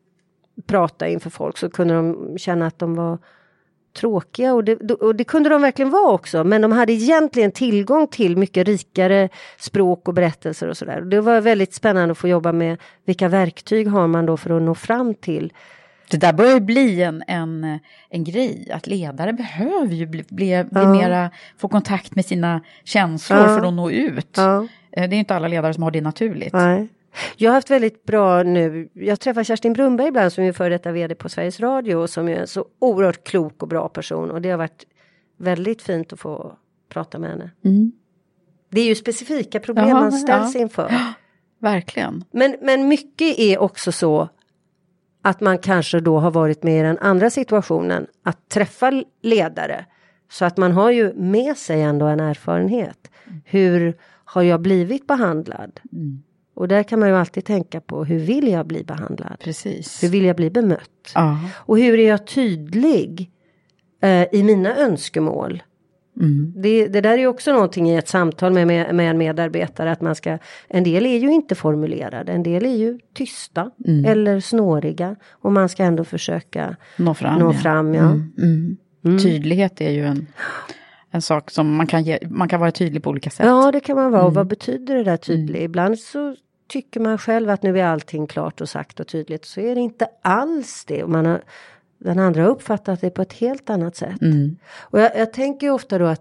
prata inför folk, så kunde de känna att de var tråkiga, och det, och det kunde de verkligen vara också, men de hade egentligen tillgång till mycket rikare språk och berättelser och sådär. Det var väldigt spännande att få jobba med vilka verktyg har man då för att nå fram till. Det där börjar bli en, en, en grej, att ledare behöver ju bli, bli, bli ja. mera, få kontakt med sina känslor ja. för att nå ut. Ja. Det är inte alla ledare som har det naturligt. Nej. Jag har haft väldigt bra nu, jag träffar Kerstin Brunberg ibland som är före detta vd på Sveriges Radio och som är en så oerhört klok och bra person, och det har varit väldigt fint att få prata med henne. Mm. Det är ju specifika problem Jaha, man ställs ja. inför. Ja, verkligen. Men, men mycket är också så att man kanske då har varit med i den andra situationen, att träffa ledare, så att man har ju med sig ändå en erfarenhet. Mm. Hur har jag blivit behandlad? Mm. Och där kan man ju alltid tänka på, hur vill jag bli behandlad? Precis. Hur vill jag bli bemött? Ja. Och hur är jag tydlig eh, i mina önskemål? Mm. Det, det där är ju också någonting i ett samtal med, med, med en medarbetare, att man ska, en del är ju inte formulerade, en del är ju tysta mm. eller snåriga, och man ska ändå försöka nå fram. Nå ja. fram ja. Mm. Mm. Mm. Tydlighet är ju en... En sak som man kan ge, man kan vara tydlig på olika sätt. Ja, det kan man vara. Mm. Och vad betyder det där tydlig? Mm. Ibland så tycker man själv att nu är allting klart och sagt och tydligt. Så är det inte alls det. Och man har, den andra har uppfattat det på ett helt annat sätt. Mm. Och jag, jag tänker ofta då att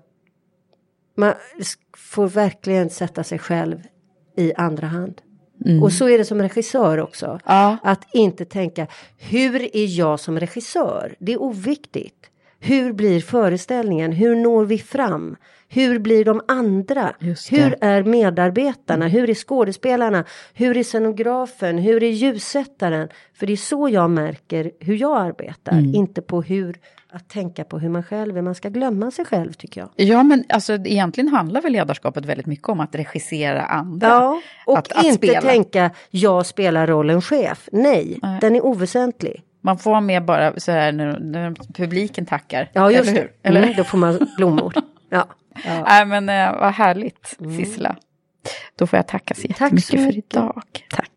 man får verkligen sätta sig själv i andra hand. Mm. Och så är det som regissör också. Ja. Att inte tänka, hur är jag som regissör? Det är oviktigt. Hur blir föreställningen? Hur når vi fram? Hur blir de andra? Hur är medarbetarna? Hur är skådespelarna? Hur är scenografen? Hur är ljussättaren? För det är så jag märker hur jag arbetar. Mm. Inte på hur, att tänka på hur man själv är. Man ska glömma sig själv, tycker jag. Ja, men alltså, egentligen handlar väl ledarskapet väldigt mycket om att regissera andra. Ja, och att, att inte spela. tänka, jag spelar rollen chef. Nej, Nej. Den är oväsentlig. Man får vara med bara så här när, när publiken tackar. Ja, just eller det. Hur? Eller? Mm, då får man blommor. Ja. Ja. Nej, men äh, vad härligt, mm. Sissela. Då får jag tacka så jättemycket Tack så mycket. för idag. Tack.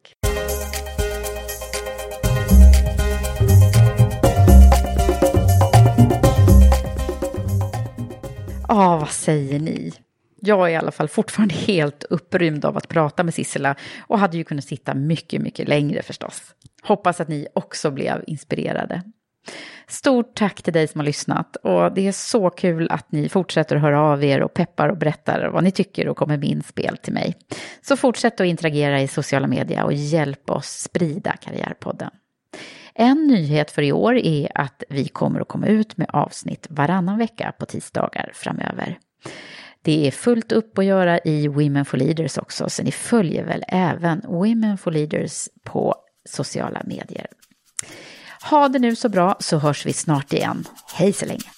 Ja, vad säger ni? Jag är i alla fall fortfarande helt upprymd av att prata med Sissela, och hade ju kunnat sitta mycket, mycket längre förstås. Hoppas att ni också blev inspirerade. Stort tack till dig som har lyssnat, och det är så kul att ni fortsätter att höra av er och peppar och berättar vad ni tycker och kommer med inspel till mig. Så fortsätt att interagera i sociala medier och hjälp oss sprida Karriärpodden. En nyhet för i år är att vi kommer att komma ut med avsnitt varannan vecka på tisdagar framöver. Det är fullt upp att göra i Women for Leaders också, så ni följer väl även Women for Leaders på sociala medier. Ha det nu så bra, så hörs vi snart igen. Hej så länge!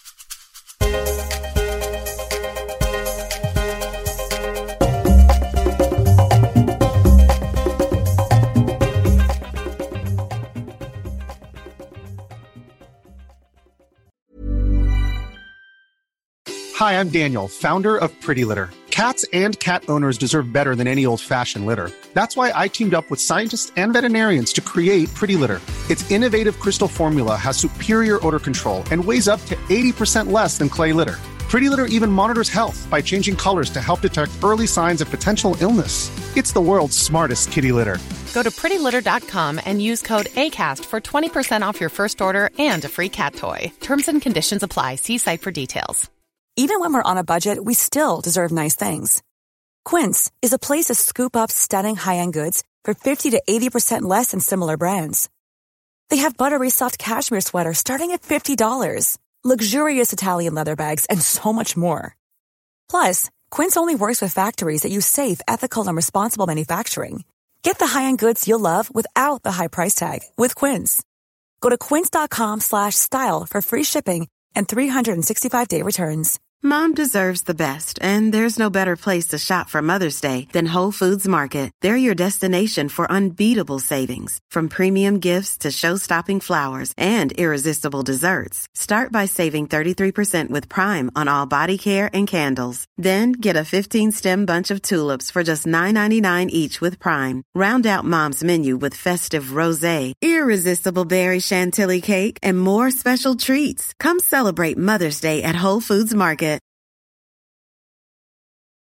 Hi, I'm Daniel, founder of Pretty Litter. Cats and cat owners deserve better than any old-fashioned litter. That's why I teamed up with scientists and veterinarians to create Pretty Litter. Its innovative crystal formula has superior odor control and weighs up to eighty percent less than clay litter. Pretty Litter even monitors health by changing colors to help detect early signs of potential illness. It's the world's smartest kitty litter. Go to pretty litter dot com and use code ACAST for twenty percent off your first order and a free cat toy. Terms and conditions apply. See site for details. Even when we're on a budget, we still deserve nice things. Quince is a place to scoop up stunning high-end goods for fifty to eighty percent less than similar brands. They have buttery soft cashmere sweaters starting at fifty dollars, luxurious Italian leather bags, and so much more. Plus, Quince only works with factories that use safe, ethical, and responsible manufacturing. Get the high-end goods you'll love without the high price tag with Quince. Go to quince dot com slash style for free shipping and three sixty-five day returns. Mom deserves the best, and there's no better place to shop for Mother's Day than Whole Foods Market. They're your destination for unbeatable savings, from premium gifts to show-stopping flowers and irresistible desserts. Start by saving thirty-three percent with Prime on all body care and candles. Then get a fifteen-stem bunch of tulips for just nine ninety-nine each with Prime. Round out Mom's menu with festive rosé, irresistible berry chantilly cake, and more special treats. Come celebrate Mother's Day at Whole Foods Market.